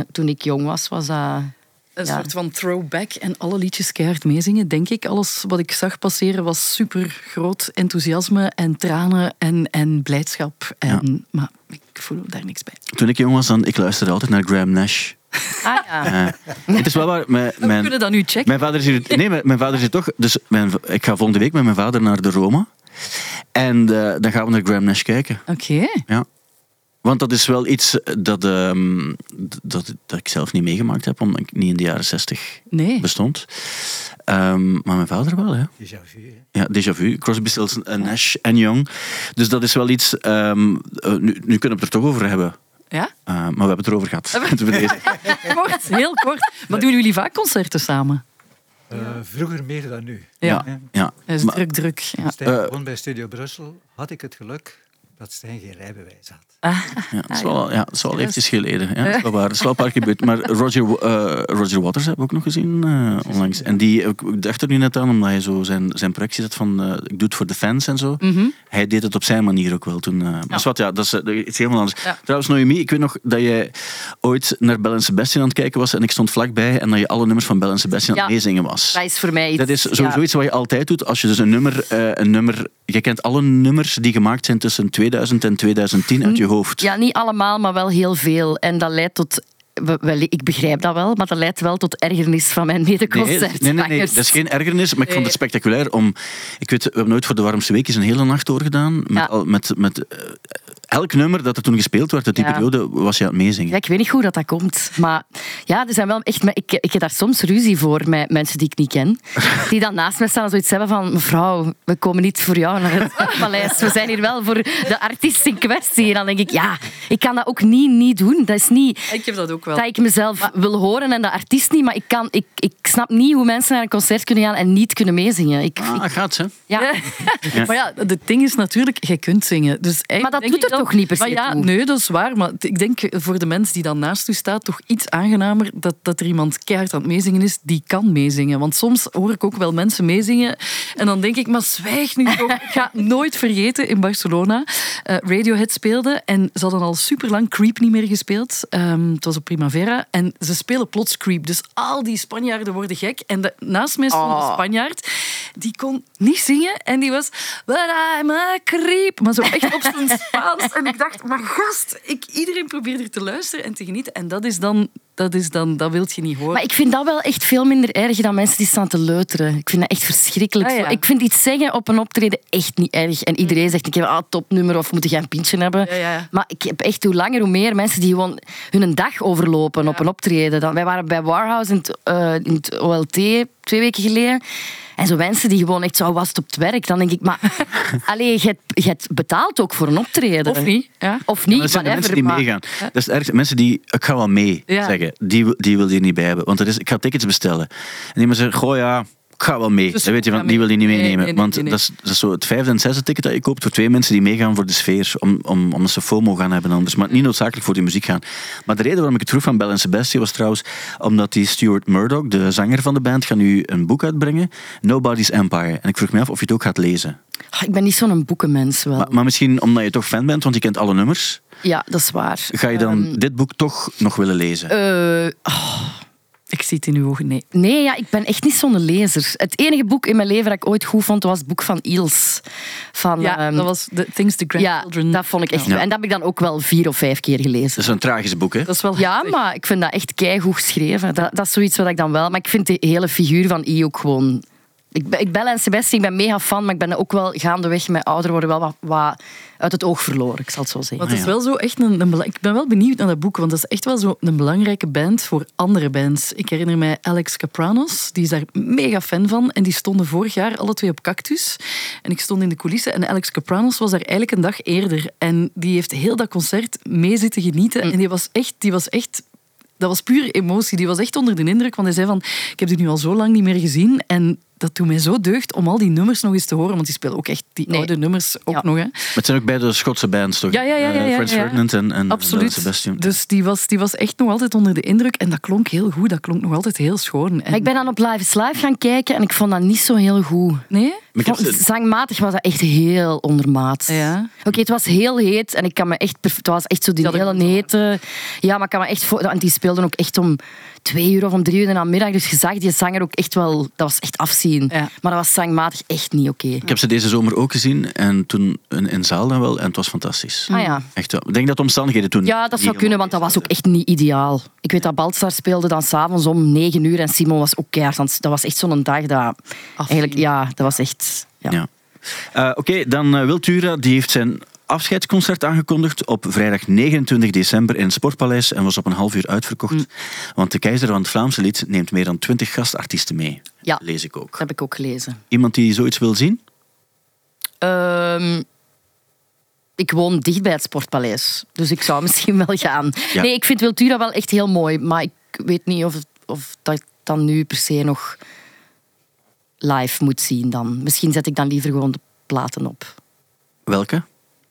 toen ik jong was, was dat... Een Ja. soort van throwback en alle liedjes keihard meezingen, denk ik. Alles wat ik zag passeren was super groot enthousiasme en tranen en, en blijdschap. En, Ja. Maar ik voel daar niks bij. Toen ik jong was, dan, ik luisterde altijd naar Graham Nash. Ah ja. Eh, het is wel waar. Mijn, We mijn, kunnen dat nu checken. mijn vader is hier... Nee, mijn, mijn vader zit toch... Dus mijn, ik ga volgende week met mijn vader naar de Roma. En eh, dan gaan we naar Graham Nash kijken. Oké. Ja. Want dat is wel iets dat, ehm, dat, dat ik zelf niet meegemaakt heb, omdat ik niet in de jaren zestig Nee. bestond. Ehm, maar mijn vader wel, hè. Déjà vu, hè. Ja, déjà vu. Crosby, Stills, Nash en Young. Dus dat is wel iets... ehm, uh, nu, nu kunnen we het er toch over hebben. Ja? Uh, maar we hebben het erover gehad. Bij deze. Kort, heel kort. Maar doen jullie vaak concerten samen? Uh, vroeger meer dan nu. Ja, Hè. ja. Dat is Maar- druk, druk. Ja. Stijn Eh, begon bij Studio Brussel, had ik het geluk dat Stijn geen rijbewijs had. Ja, dat is wel, ja, dat is wel eventjes geleden. Ja, dat is wel waar. Dat is wel een paar keer gebeurd. Maar Roger, uh, Roger Waters hebben we ook nog gezien uh, onlangs. En die, ik dacht er nu net aan, omdat hij zo zijn, zijn projectie had van uh, ik doe het voor de fans en zo. Mm-hmm. Hij deed het op zijn manier ook wel toen. Uh, maar ja. Wat, ja, dat is uh, iets helemaal anders. Ja. Trouwens, Noemi, ik weet nog dat jij ooit naar Belle en Sebastian aan het kijken was en ik stond vlakbij en dat je alle nummers van Belle en Sebastian aan het Ja. meezingen was. Dat is voor mij iets... Dat is sowieso ja. iets wat je altijd doet. Als je dus een nummer, uh, een nummer... Je kent alle nummers die gemaakt zijn tussen tweeduizend en tweeduizend tien uit je hoofd. Ja, niet allemaal, maar wel heel veel. En dat leidt tot... Wel, ik begrijp dat wel, maar dat leidt wel tot ergernis van mijn Nee, medeconcertzangers. nee, nee, nee, dat is geen ergernis, maar ik vond het spectaculair om... Ik weet, we hebben nooit voor de warmste week eens een hele nacht doorgedaan. Met, Ja. al, met, met uh, elk nummer dat er toen gespeeld werd, uit die Ja. periode, was je aan het meezingen. Ja, ik weet niet hoe dat, dat komt. Maar ja, er zijn wel echt... Ik, ik heb daar soms ruzie voor met mensen die ik niet ken. Die dan naast me staan en zoiets hebben van... Mevrouw, we komen niet voor jou naar het paleis. We zijn hier wel voor de artiest in kwestie. En dan denk ik, ja, ik kan dat ook niet, niet doen. Dat is niet... Ik heb dat ook wel. Dat ik mezelf wil horen en de artiest niet, maar ik, kan, ik, ik snap niet hoe mensen naar een concert kunnen gaan en niet kunnen meezingen. Ik, Ah, ik- gaat ze. ja. Maar ja, het ding is natuurlijk, jij kunt zingen. Dus eigenlijk Maar dat denk doet ik er dan- toch niet per se maar ja, toe? Nee, dat is waar. Maar ik denk voor de mens die dan naast u staat, toch iets aangenamer dat, dat er iemand keihard aan het meezingen is die kan meezingen. Want soms hoor ik ook wel mensen meezingen en dan denk ik, maar zwijg nu toch. Ik ga nooit vergeten, in Barcelona, uh, Radiohead speelde en ze hadden al superlang Creep niet meer gespeeld. Um, het was op Primavera. En ze spelen plots Creep. Dus al die Spanjaarden worden gek. En de, naast mij stond Oh. een Spanjaard. Die kon niet zingen. En die was... But I'm a creep. Maar zo echt op zijn Spaans. En ik dacht, maar gast, ik, iedereen probeert er te luisteren en te genieten. En dat is dan... Dat, is dan, dat wilt je niet horen. Maar ik vind dat wel echt veel minder erg dan mensen die staan te leuteren. Ik vind dat echt verschrikkelijk. Ah, ja. Ik vind iets zeggen op een optreden echt niet erg. En iedereen zegt een keer, ah, topnummer of moet je een pintje hebben. Ja, ja, ja. Maar ik heb echt hoe langer hoe meer mensen die gewoon hun dag overlopen op een optreden. Dan, wij waren bij Warhouse in het, uh, in het O L T twee weken geleden. En zo mensen die gewoon echt zo was het op het werk. Dan denk ik, maar allee, je hebt, je hebt betaald ook voor een optreden. Of niet. Ja. Of niet, Dat zijn de whatever, mensen die maar- meegaan. Dat is het ergste. Mensen die, ik ga wel mee Ja. zeggen, die, die wil je er niet bij hebben. Want dat is, ik ga tickets bestellen. En die zeggen, goh ja, ik ga wel mee. Dus Dan weet je, ga van, die mee. wil je niet Nee, meenemen. nee, nee, Want nee, nee. Dat, is, dat is zo het vijfde en zesde ticket dat je koopt voor twee mensen die meegaan voor de sfeer. Om, om, omdat ze FOMO gaan hebben anders. Maar niet noodzakelijk voor die muziek gaan. Maar de reden waarom ik het vroeg van Belle en Sebastian was trouwens omdat die Stuart Murdoch, de zanger van de band, gaat nu een boek uitbrengen. Nobody's Empire. En ik vroeg me af of je het ook gaat lezen. Oh, ik ben niet zo'n boekenmens wel. Maar, maar misschien omdat je toch fan bent, want je kent alle nummers. Ja, dat is waar. Ga je dan Ehm, dit boek toch nog willen lezen? eh, Ik zie het in uw ogen, nee. Nee, ja, ik ben echt niet zo'n lezer. Het enige boek in mijn leven dat ik ooit goed vond, was het boek van Ilse. Van, Ja, ehm, dat was the Things the ja, Grandchildren... dat vond ik echt... Ja. En dat heb ik dan ook wel vier of vijf keer Dat gelezen. is een tragisch boek, hè? Dat is wel Ja, heftig. maar ik vind dat echt keigoed geschreven. Dat, dat is zoiets wat ik dan wel... Maar ik vind de hele figuur van I ook gewoon... Ik ben, ik ben en Sebastian, ik ben mega fan, maar ik ben ook wel gaandeweg met ouder worden wel wat, wat uit het oog verloren, ik zal het zo zeggen. Maar het is Ah, ja. wel zo echt een, een bela- ik ben wel benieuwd naar dat boek, want dat is echt wel zo een belangrijke band voor andere bands. Ik herinner mij Alex Kapranos, die is daar mega fan van. En die stonden vorig jaar alle twee op Cactus. En ik stond in de coulissen en Alex Kapranos was daar eigenlijk een dag eerder. En die heeft heel dat concert mee zitten genieten. En die was echt... Die was echt dat was pure emotie. Die was echt onder de indruk, want hij zei van... Ik heb dit nu al zo lang niet meer gezien en dat doet mij zo deugd om al die nummers nog eens te horen. Want die spelen ook echt die Nee. oude nummers ook Ja. nog. Hè. Maar het zijn ook beide Schotse bands, toch? Ja, ja, ja, ja, Eh, ja, Franz ja. Ferdinand en, en Absoluut. Sebastian. Dus die was, die was echt nog altijd onder de indruk. En dat klonk heel goed. Dat klonk nog altijd heel schoon. En... Maar ik ben dan op Live is Live gaan kijken en ik vond dat niet zo heel goed. Nee? Maar ik heb Vond- ze- Zangmatig was dat echt heel ondermaat. Ja. Oké, het was heel heet en ik kan me echt... perf- Het was echt zo die Dat ik- hele hete... Ja, maar ik kan me echt... voor- En die speelden ook echt om twee uur of om drie uur in de namiddag. Dus je zag die zanger ook echt wel... Dat was echt afzien. Ja. Maar dat was zangmatig echt niet oké. Ik heb ze deze zomer ook gezien en toen in, in zaal dan wel en het was fantastisch. Ah ja. Echt wel. Ik denk dat de omstandigheden toen... Ja, dat zou niet kunnen, want dat was ook echt niet ideaal. Ik weet dat Baltzar speelde dan s'avonds om negen uur en Simon was ook keihard. Want dat was echt zo'n dag dat... Eigenlijk, ja, dat was echt... Ja. Ja. Uh, Oké, dan uh, Wiltura, die heeft zijn afscheidsconcert aangekondigd op vrijdag negenentwintig december in het Sportpaleis en was op een half uur uitverkocht. Mm. Want de keizer van het Vlaamse lied neemt meer dan twintig gastartiesten mee. Ja. Lees ik ook. Dat heb ik ook gelezen. Iemand die zoiets wil zien? Ehm, ik woon dicht bij het Sportpaleis, dus ik zou misschien wel gaan. Ja. Nee, ik vind Wiltura wel echt heel mooi, maar ik weet niet of, of dat ik dan nu per se nog live moet zien dan. Misschien zet ik dan liever gewoon de platen op. Welke?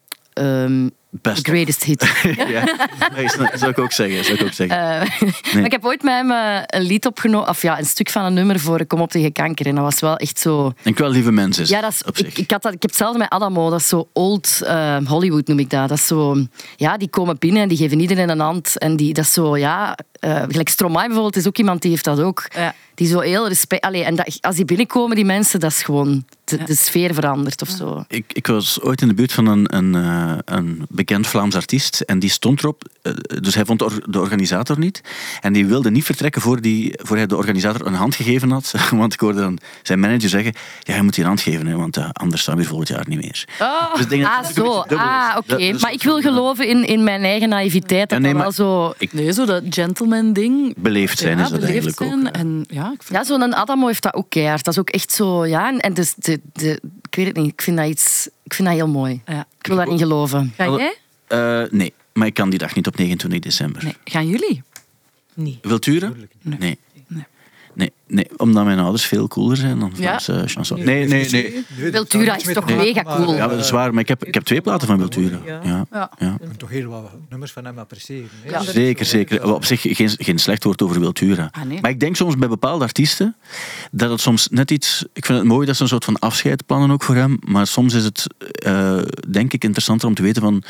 Ehm Best The Greatest Hit. ja, nee, zou ik ook zeggen. Zou ik ook zeggen. Eh, maar ik heb ooit met hem eh, een lied opgenomen, of ja, een stuk van een nummer voor Kom op tegen kanker. En dat was wel echt zo... En wel lieve mensen is Ja, dat is, op zich. ik, ik, had dat, ik heb hetzelfde met Adamo, dat is zo old eh, Hollywood noem ik dat. Dat is zo, ja, die komen binnen en die geven iedereen een hand. En die, dat is zo, ja, uh, gelijk Stromae bijvoorbeeld is ook iemand die heeft dat ook. Ja. Die zo heel respect... Allee, en dat, als die binnenkomen, die mensen, dat is gewoon... De, Ja. de sfeer verandert of zo. Ik, ik was ooit in de buurt van een, een, eh, een bekend Vlaams artiest en die stond erop. eh, Dus hij vond de, or- de organisator niet. En die wilde niet vertrekken voor, die, voor hij de organisator een hand gegeven had. Want ik hoorde dan zijn manager zeggen, ja, je moet die een hand geven, hè, want uh, anders staan we hier volgend jaar niet meer. Oh, Dus ik denk dat ah, het ook een zo. beetje dubbel is. Ah, oké. Dat is Maar ik wil geloven in, in mijn eigen naïviteit. Dat Ja, nee, dat maar- wel zo... Ik, Nee, zo dat gentleman-ding. beleefd zijn Ja, is dat beleefd eigenlijk zijn. ook. hè. En, ja, ik vind Ja, zo'n Adamo heeft dat ook keihard. Dat is ook echt zo... Ja, en dus de, de, ik weet het niet. Ik vind dat iets... Ik vind dat heel mooi. Ja. Ik wil daarin geloven. Ga jij? Eh, nee, maar ik kan die dag niet op negenentwintig december. Nee. Gaan jullie? Nee. Wilturen? Nee. Nee. Nee. Nee, nee, omdat mijn ouders veel cooler zijn dan Ja. Vlaamse chansons. Nee, nee, nee. Wiltura is toch mega cool? Ja, dat is waar, maar ik heb, ik heb twee platen van Wiltura. Ja. Ja, Ja. ja. Je kunt toch heel wat nummers van hem appreciëren. hè? Ja. Zeker, zeker. Op zich geen, geen slecht woord over Wiltura. Ah, nee. Maar ik denk soms bij bepaalde artiesten dat het soms net iets... Ik vind het mooi dat ze een soort van afscheid plannen ook voor hem. Maar soms is het, eh, denk ik, interessanter om te weten van...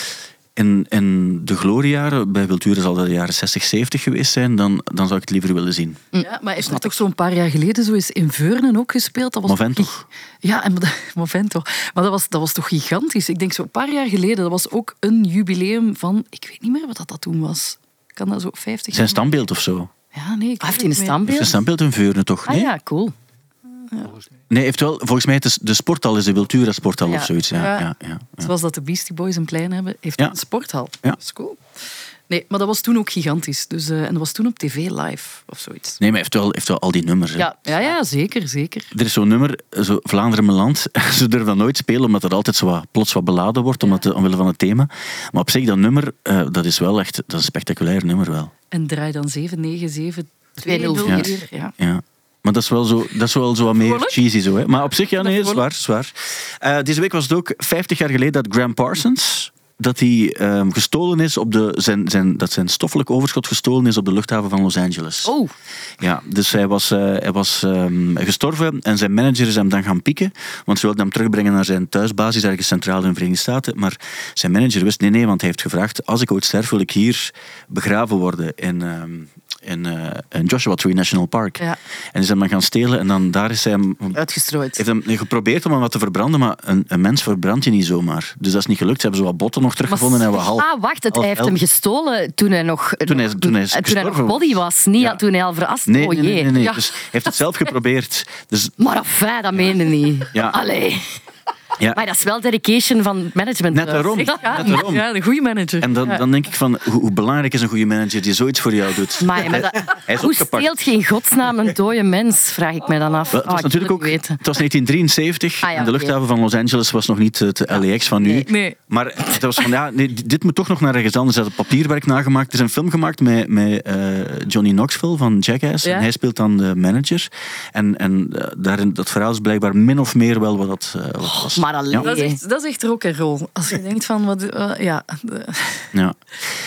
In, in de gloriejaren, bij Wiltura zal dat de jaren zestig, zeventig geweest zijn, dan, dan zou ik het liever willen zien. Ja, maar hij heeft er toch zo'n paar jaar geleden zo eens in Veurne ook gespeeld. Dat was Movento. toch gig- Ja, en, Movento. Maar dat was, dat was toch gigantisch. Ik denk zo'n paar jaar geleden, dat was ook een jubileum van... Ik weet niet meer wat dat, dat toen was. Kan dat zo vijftig Zijn jaar? standbeeld of zo? Ja, nee. Ik Heeft weet hij een het niet meer. standbeeld? Zijn standbeeld in Veurne toch? Ah Nee, ja, cool. nee heeft wel, volgens mij is de sporthal is de Wiltura sporthal Ja. of zoiets. Ja, Ja. ja, ja, ja. Zoals dat de Beastie Boys een plein hebben, heeft Ja. hij een sporthal. Ja. Dat is cool. Nee, maar dat was toen ook gigantisch. Dus, eh, en dat was toen op tv live of zoiets. Nee, maar heeft wel, heeft wel al die nummers. hè. Ja, Ja, ja, zeker, zeker. Er is zo'n nummer, zo Vlaanderen mijn land. Ze durven dat nooit spelen, omdat het altijd zo wat, plots wat beladen wordt, omdat, omwille van het thema. Maar op zich, dat nummer, eh, dat is wel echt dat is een spectaculair nummer wel. En draai dan zeven negen zeven twee nul Ja. vier. Ja. Ja. Maar dat is wel zo, dat is wel zo wat meer Vrolijk? cheesy. Zo, hè. Maar op zich, ja, nee, is Vrolijk? waar. Is waar. Eh, deze week was het ook vijftig jaar geleden dat Graham Parsons... dat hij ehm, gestolen is op de... Zijn, zijn, dat zijn stoffelijk overschot gestolen is op de luchthaven van Los Angeles. Oh, Ja, dus hij was, eh, hij was ehm, gestorven en zijn manager is hem dan gaan pieken, want ze wilden hem terugbrengen naar zijn thuisbasis ergens centraal in de Verenigde Staten, maar zijn manager wist nee, nee, want hij heeft gevraagd, als ik ooit sterf, wil ik hier begraven worden in, ehm, in, eh, in Joshua Tree National Park. Ja. En is hem dan gaan stelen en dan daar is hij hem... uitgestrooid. Heeft hem geprobeerd om hem wat te verbranden, maar een, een mens verbrandt je niet zomaar. Dus dat is niet gelukt. Ze hebben zo wat botten nog teruggevonden en wat half... Ah, wacht, het, half hij heeft elf. hem gestolen toen hij nog, Toen hij- toen hij is toen hij nog gestorven body was, niet Ja. toen hij al verrast. Nee, oh nee, nee, jee. nee, nee. Ja. Dus hij heeft het zelf geprobeerd. Dus Maar afijn, dat meende niet. Ja. Allee. Ja. Maar dat is wel dedication van management. Net daarom. Zeg. Ja, Net daarom. ja, een goede manager. En dan, Ja. dan denk ik van, hoe, hoe belangrijk is een goede manager die zoiets voor jou doet? Maar, maar dat, Hij is hoe opgepakt. steelt je in godsnaam een dode mens, vraag ik mij dan af. Wel, het Oh, was ik wil natuurlijk ook, het niet weten. het was negentien drieënzeventig Ah, ja, en de oké. luchthaven van Los Angeles was nog niet het L A X van nu. Nee. Nee. Maar het was van, ja, nee, dit moet toch nog naar ergens anders. Ze hadden papierwerk nagemaakt. Er is een film gemaakt met, met uh, Johnny Knoxville van Jackass. Ja. En hij speelt dan de manager. En, en uh, daarin, dat verhaal is blijkbaar min of meer wel wat dat uh, wat was. Maar alleen. Ja. Dat is echt, dat is echt rock and roll. Als je denkt van, wat, uh, ja. de- Ja.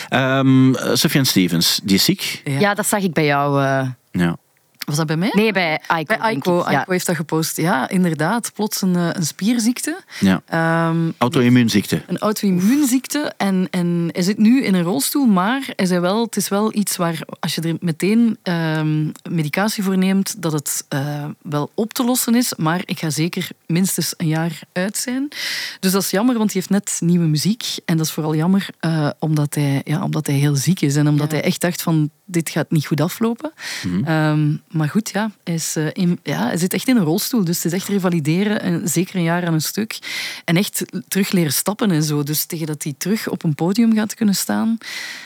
Um, uh, Sufjan Stevens, die is ziek. ja. Ja, dat zag ik bij jou. eh. Ja. Was dat bij mij? Nee, bij Aiko. Bij denk Aiko. ik. Ja. Aiko heeft dat gepost. Ja, inderdaad. Plots een, eh, een spierziekte. Ja. Ehm, Auto-immuunziekte. een auto-immuunziekte. En, en hij zit nu in een rolstoel, maar hij zei wel, het is wel iets waar, als je er meteen ehm, medicatie voor neemt, dat het eh, wel op te lossen is. Maar ik ga zeker minstens een jaar uit zijn. Dus dat is jammer, want hij heeft net nieuwe muziek. En dat is vooral jammer, eh, omdat, hij, ja, omdat hij heel ziek is. En omdat Ja. hij echt dacht van, dit gaat niet goed aflopen. Mhm. Ehm, maar goed, ja hij, is, eh, in, ja, hij zit echt in een rolstoel. Dus het is echt revalideren, en zeker een jaar aan een stuk. En echt terug leren stappen en zo. Dus tegen dat hij terug op een podium gaat kunnen staan,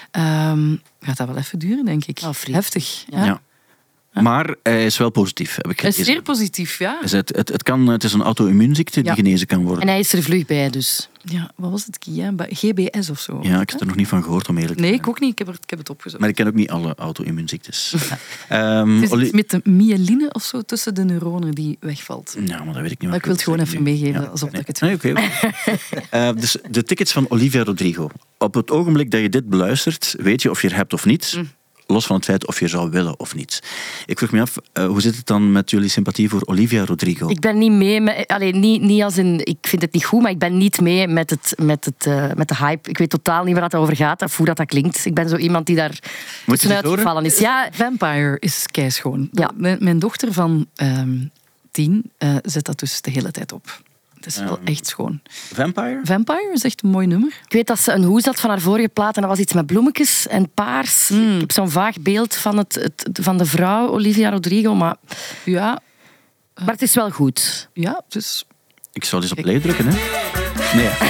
ehm, gaat dat wel even duren, denk ik. Oh, vriend. Heftig. Ja. Ja. Maar hij is wel positief, heb ik Hij is gelezen. zeer positief, ja. Hij zei, Het, het, het, kan, het is een auto-immuunziekte die Ja. genezen kan worden. En hij is er vlug bij, dus. ja. Wat was het? Guillain-Barré- G B S of zo? Ja, ik heb er nog niet van gehoord, om eerlijk te Nee, zijn. ik ook niet. Ik heb, er, ik heb het opgezocht. Maar ik ken ook niet alle auto-immuunziektes. Ehm, Het is Oli- iets met de myeline of zo tussen de neuronen die wegvalt. Ja, maar dat weet ik niet. Maar ik wil het gewoon even meegeven, Ja. alsof nee. ik het Nee, oké. oké. Eh, dus de tickets van Olivia Rodrigo. Op het ogenblik dat je dit beluistert, weet je of je er hebt of niet. Mm. Los van het feit of je zou willen of niet. Ik vroeg me af, uh, hoe zit het dan met jullie sympathie voor Olivia Rodrigo? Ik ben niet mee met... Allee, niet, niet als in... Ik vind het niet goed, maar ik ben niet mee met, het, met, het, uh, met de hype. Ik weet totaal niet waar dat over gaat of hoe dat, dat klinkt. Ik ben zo iemand die daar Moet je tussenuit dit horen? gevallen is. Ja, Vampire is keischoon. Ja. Mijn, mijn dochter van ehm, tien uh, zet dat dus de hele tijd op. Het is wel Um, echt schoon. Vampire? Vampire is echt een mooi nummer. ik weet dat ze een hoes had van haar vorige plaat en dat was iets met bloemetjes en paars. Mm. Ik heb zo'n vaag beeld van, het, het, van de vrouw, Olivia Rodrigo, maar, Ja, maar het is wel goed. ja dus Ik zal eens op play drukken, hè? Nee. nee.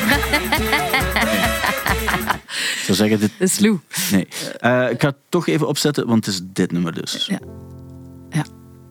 Ik zou zeggen, dit... dat is Lou. Nee. Uh, ik ga het toch even opzetten, want het is dit nummer dus. Ja. Ja.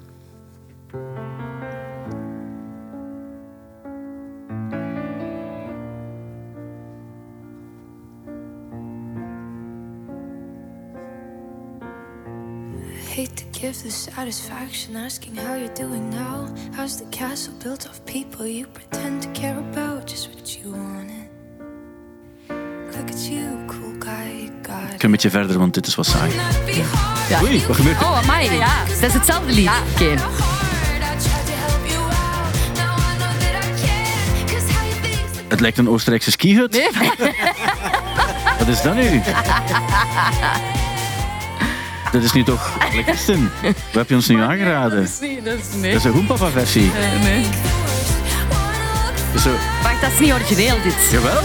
Hate to give the satisfaction asking how you're doing now. How's the castle built of people you pretend to care about? Just what you wanted. Look at you, cool guy, you got Ik ga een beetje verder, want dit is wat saai. Ja. Oei, wat gebeurt er? Oh, amai. Ja, dat is hetzelfde lied. Oké. Het lijkt een Oostenrijkse skihut. Nee, Wat is dat nu? Dat is nu toch Christen? Wat heb je ons nu aangeraden? Nee, dat is nee. Dat is een Hoempapa-versie. Uh, nee. Zo, wacht, dat is niet origineel, dit. jawel.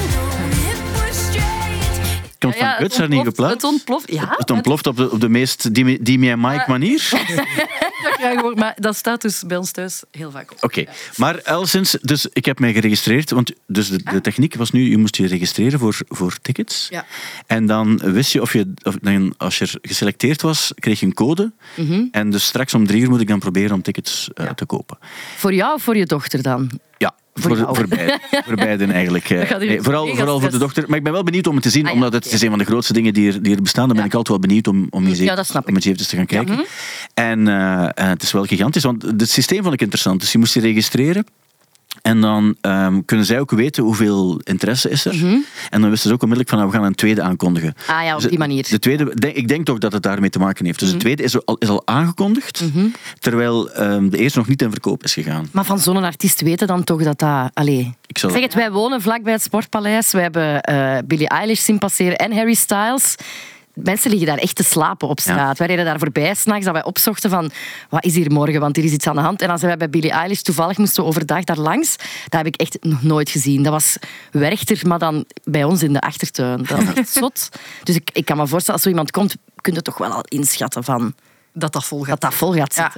Komt van Ja, Guts, het haar nieuwe ontploft- plaat. Het ontploft. Ja, Het ontploft op de, op de meest Dimi Dimi en Mike manier. Dat krijgen we ook, maar dat staat dus bij ons thuis heel vaak op. Oké, maar alleszins, dus ik heb mij geregistreerd, want dus de, de techniek was nu, je moest je registreren voor, voor tickets. Ja. En dan wist je of je, of, dan, als je geselecteerd was, kreeg je een code. Mhm. En dus straks om drie uur moet ik dan proberen om tickets uh, te kopen. Voor jou of voor je dochter dan? Ja, Voor voor, jou. voor, beiden, voor beiden eigenlijk. Dat gaat hier Nee, vooral, mega vooral voor de stress. dochter. Maar ik ben wel benieuwd om het te zien, Ah, ja, omdat het oké. is een van de grootste dingen die er, die er bestaan. Dan ben Ja. ik altijd wel benieuwd om, om, eens, Ja, dat snap om ik. eens eventjes te gaan kijken. En uh, het is wel gigantisch, want het systeem vond ik interessant. Dus je moest je registreren. En dan um, kunnen zij ook weten hoeveel interesse is er. Mhm. En dan wisten ze ook onmiddellijk van, nou, we gaan een tweede aankondigen. Ah ja, op Dus die manier. De tweede, denk- ik denk toch dat het daarmee te maken heeft. Dus Mhm. de tweede is al, is al aangekondigd, terwijl um, de eerste nog niet in verkoop is gegaan. Maar van zo'n artiest weten dan toch dat dat... Allee. Ik zal- Zeg het, wij wonen vlakbij het Sportpaleis. We hebben uh, Billie Eilish zien passeren en Harry Styles. Mensen liggen daar echt te slapen op straat. Ja. Wij reden daar voorbij s'nachts dat wij opzochten van wat is hier morgen, want hier is iets aan de hand. En dan zijn wij bij Billie Eilish, toevallig moesten we overdag daar langs. Dat heb ik echt nog nooit gezien. Dat was Werchter, maar dan bij ons in de achtertuin. Dat was echt zot. Dus ik, ik kan me voorstellen, als zo iemand komt, kun je toch wel al inschatten van Dat dat vol gaat. dat dat vol gaat Ja. zitten. Ja.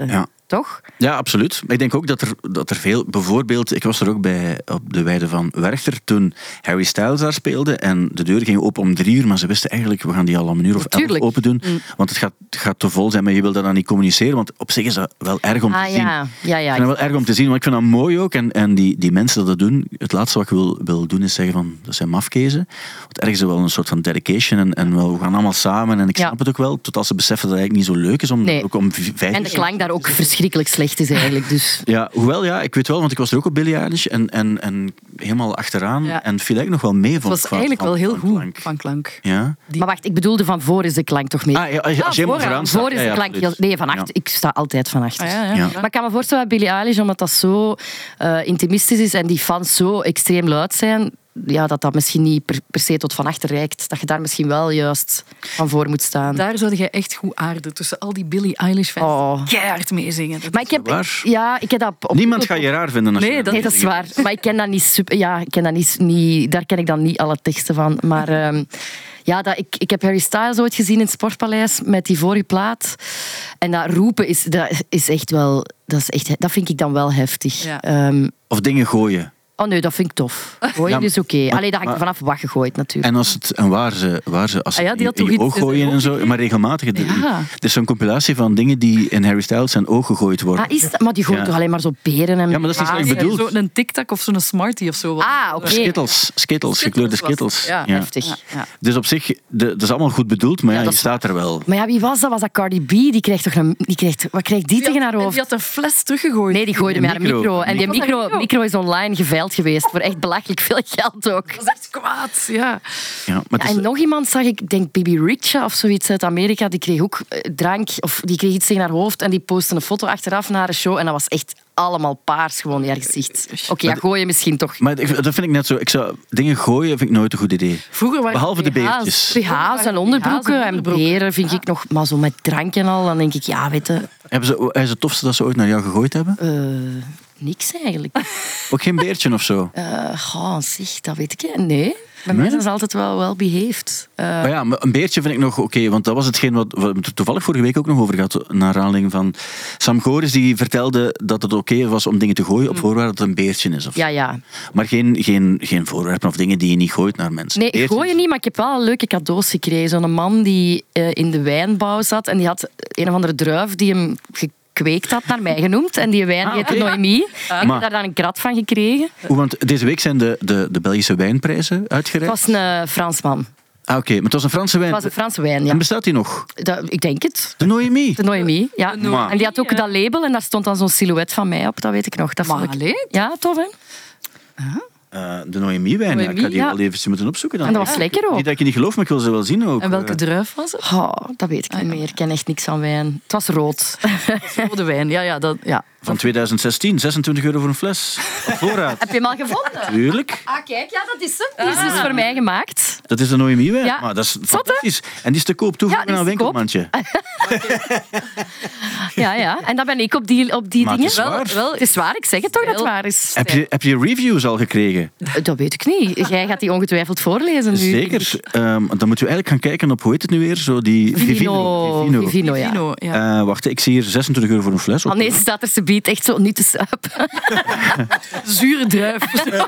Toch? Ja, absoluut. Maar ik denk ook dat er, dat er veel... Bijvoorbeeld, ik was er ook bij op de weide van Werchter toen Harry Styles daar speelde en de deur ging open om drie uur, maar ze wisten eigenlijk, we gaan die al om een uur of elf Tuurlijk. open doen, Mm. want het gaat, het gaat te vol zijn, maar je wil dat dan niet communiceren, want op zich is dat wel erg om te Ah zien. ja, ja, ja. Ik vind dat wel erg om te zien, maar ik vind dat mooi ook. En, en die, die mensen dat dat doen, het laatste wat ik wil, wil doen is zeggen van, dat zijn mafkezen. Want ergens is er wel een soort van dedication en, en wel, we gaan allemaal samen en ik Ja. snap het ook wel, tot als ze beseffen dat het eigenlijk niet zo leuk is om, Nee. ook om v- vijf En de klank daar ook verschrikkelijk slecht is eigenlijk. Dus. Ja, hoewel, ja, ik weet wel, want ik was er ook op Billie Eilish en, en, en helemaal achteraan Ja. en viel eigenlijk nog wel mee. Het Van, was van- eigenlijk van- wel heel van goed klank. van klank. Ja? Die- Maar wacht, ik bedoelde van voor is de klank toch mee? Ah, ja, als je, als je helemaal vooraan staat. voor is ja, de ja, klank heel... absoluut. Nee, van achter. Ja. Ik sta altijd van achter. Ah, ja, ja. Ja. Maar ik kan me voorstellen bij Billie Eilish, omdat dat zo eh, intimistisch is en die fans zo extreem luid zijn, ja, dat dat misschien niet per, per se tot van achter reikt. Dat je daar misschien wel juist van voor moet staan. Daar zou jij echt goed aarden tussen al die Billie Eilish-fans. Oh. Keihard meezingen. Dat Maar ik heb... waar? Ja, ik heb dat... Op, Niemand gaat je raar vinden als Nee, je dat- Nee, dat is waar. Maar ik ken dat niet super... Ja, ik ken dat niet, niet... Daar ken ik dan niet alle teksten van. Maar... ehm, ja, dat, ik, ik heb Harry Styles ooit gezien in het Sportpaleis met die vorige plaat. En dat roepen is, dat is echt wel... Dat, is echt, dat vind ik dan wel heftig. Ja. Ehm, Of dingen gooien. oh nee, dat vind ik tof. Gooien Ja, is oké. maar- Allee, dat hangt maar- er vanaf wat gegooid natuurlijk. En, als het, en waar ze, waar ze als ze Ah ja, die in- had in toch je iets oog in zijn gooien en oog zo, gekregen? maar regelmatig. Ja. Het is zo'n compilatie van dingen die in Harry Styles zijn oog gegooid worden. Ah, is dat? Maar die gooien Ja. toch alleen maar zo peren en... Ja, maar dat is niet wat ik hazen? bedoel. Zo'n TikTok of zo'n Smartie of zo. Ah, oké. Skittles, skittles, gekleurde was het. skittles. Ja, Ja. Heftig. Ja, ja. Dus op zich, de, dat is allemaal goed bedoeld, maar ja, dat je is- staat er wel. Maar ja, wie was dat? Was dat Cardi B? Die krijgt toch een... Die krijgt, wat krijgt die, tegen haar En hoofd? die had een fles teruggegooid. Nee, die gooide Een met haar micro. micro. En die Was dat een micro, micro? micro is online geveild geweest voor echt belachelijk veel geld ook. Dat is echt kwaad. Ja. Ja, maar het Ja, is- en nog iemand zag ik, denk Bibi Richa of zoiets uit Amerika, die kreeg ook eh, drank, of die kreeg iets tegen haar hoofd en die postte een foto achteraf naar haar show en dat was echt allemaal paars gewoon in haar gezicht. Oké, ja, gooien misschien toch. maar ik- dat vind ik net zo. Ik zou, dingen gooien vind ik nooit een goed idee. Vroeger waren Behalve de B H's. beertjes. B H's en onderbroeken en beren vind ik nog, maar zo met drank en al, dan denk ik, ja, weet je, Hebben ze, is het tofste dat ze ooit naar jou gegooid hebben? eh, niks eigenlijk. Ook geen beertje of zo? Eh goh, zeg, dat weet ik niet. Nee, bij Nee? mij zijn ze altijd wel wel behaved. Eh, Maar ja, maar een beertje vind ik nog oké, want dat was hetgeen wat, wat we het er toevallig vorige week ook nog over gehad, naar aanleiding van Sam Goris, die vertelde dat het oké was om dingen te gooien op voorwaarde dat het een beertje is. Of zo. ja, ja. Maar geen, geen, geen voorwerpen of dingen die je niet gooit naar mensen. Nee, Beertjes. gooien niet, maar ik heb wel leuke cadeaus gekregen. Zo'n man die eh, in de wijnbouw zat en die had een of andere druif die hem gekweekt had, naar mij genoemd. En die wijn Ah, die heette oké. Noemi. Ik Maar- heb daar dan een krat van gekregen. Oeh, want deze week zijn de, de, de Belgische wijnprijzen Het uitgereikt. was een eh, Fransman. Ah, oké, maar het was een Franse wijn. Het was een Franse wijn, ja. En bestaat die nog? Dat, ik denk het. De Noemi. De Noemi, ja. Noemi, En die had ook dat label en daar stond dan zo'n silhouet van mij op. Dat weet ik nog. Dat vond Maar ik... allee. Ja, tof hè? Eh, de Noemi-wijn. Ja, ik ga Noemi, die ja. wel even moeten opzoeken. Dan. En dat was lekker ook. Niet dat ik je niet geloof, maar ik wil ze wel zien ook. En welke Eh, druif was het? Oh, dat weet ik niet meer. Ik ken echt niks aan wijn. Het was rood. Rode wijn. Ja, ja, dat, ja. Van twintig zestien, zesentwintig euro voor een fles. Op voorraad. Heb je hem al gevonden? Tuurlijk. Ah, kijk, ja, dat is hem. Die is dus voor mij gemaakt. Dat is de Noemi-wijn. Ja. Maar dat is hè? fantastisch. En die is te koop toevoegen Ja, die aan is te koop. winkelmandje. Ja, ja. En dan ben ik op die, op die Maar het dingen. is waar. Wel, wel, het is waar, ik zeg het toch dat het waar is. Heb je, heb je reviews al gekregen? Dat weet ik niet. Jij gaat die ongetwijfeld voorlezen nu. Zeker. Ehm, dan moeten we eigenlijk gaan kijken op, hoe heet het nu weer? Zo die Vivino. Vivino. Vivino, ja. Vino, ja. Eh, wacht, ik zie hier zesentwintig euro voor een fles. Oh nee, ze staat er ze biedt echt zo niet te suipen. Zure druif.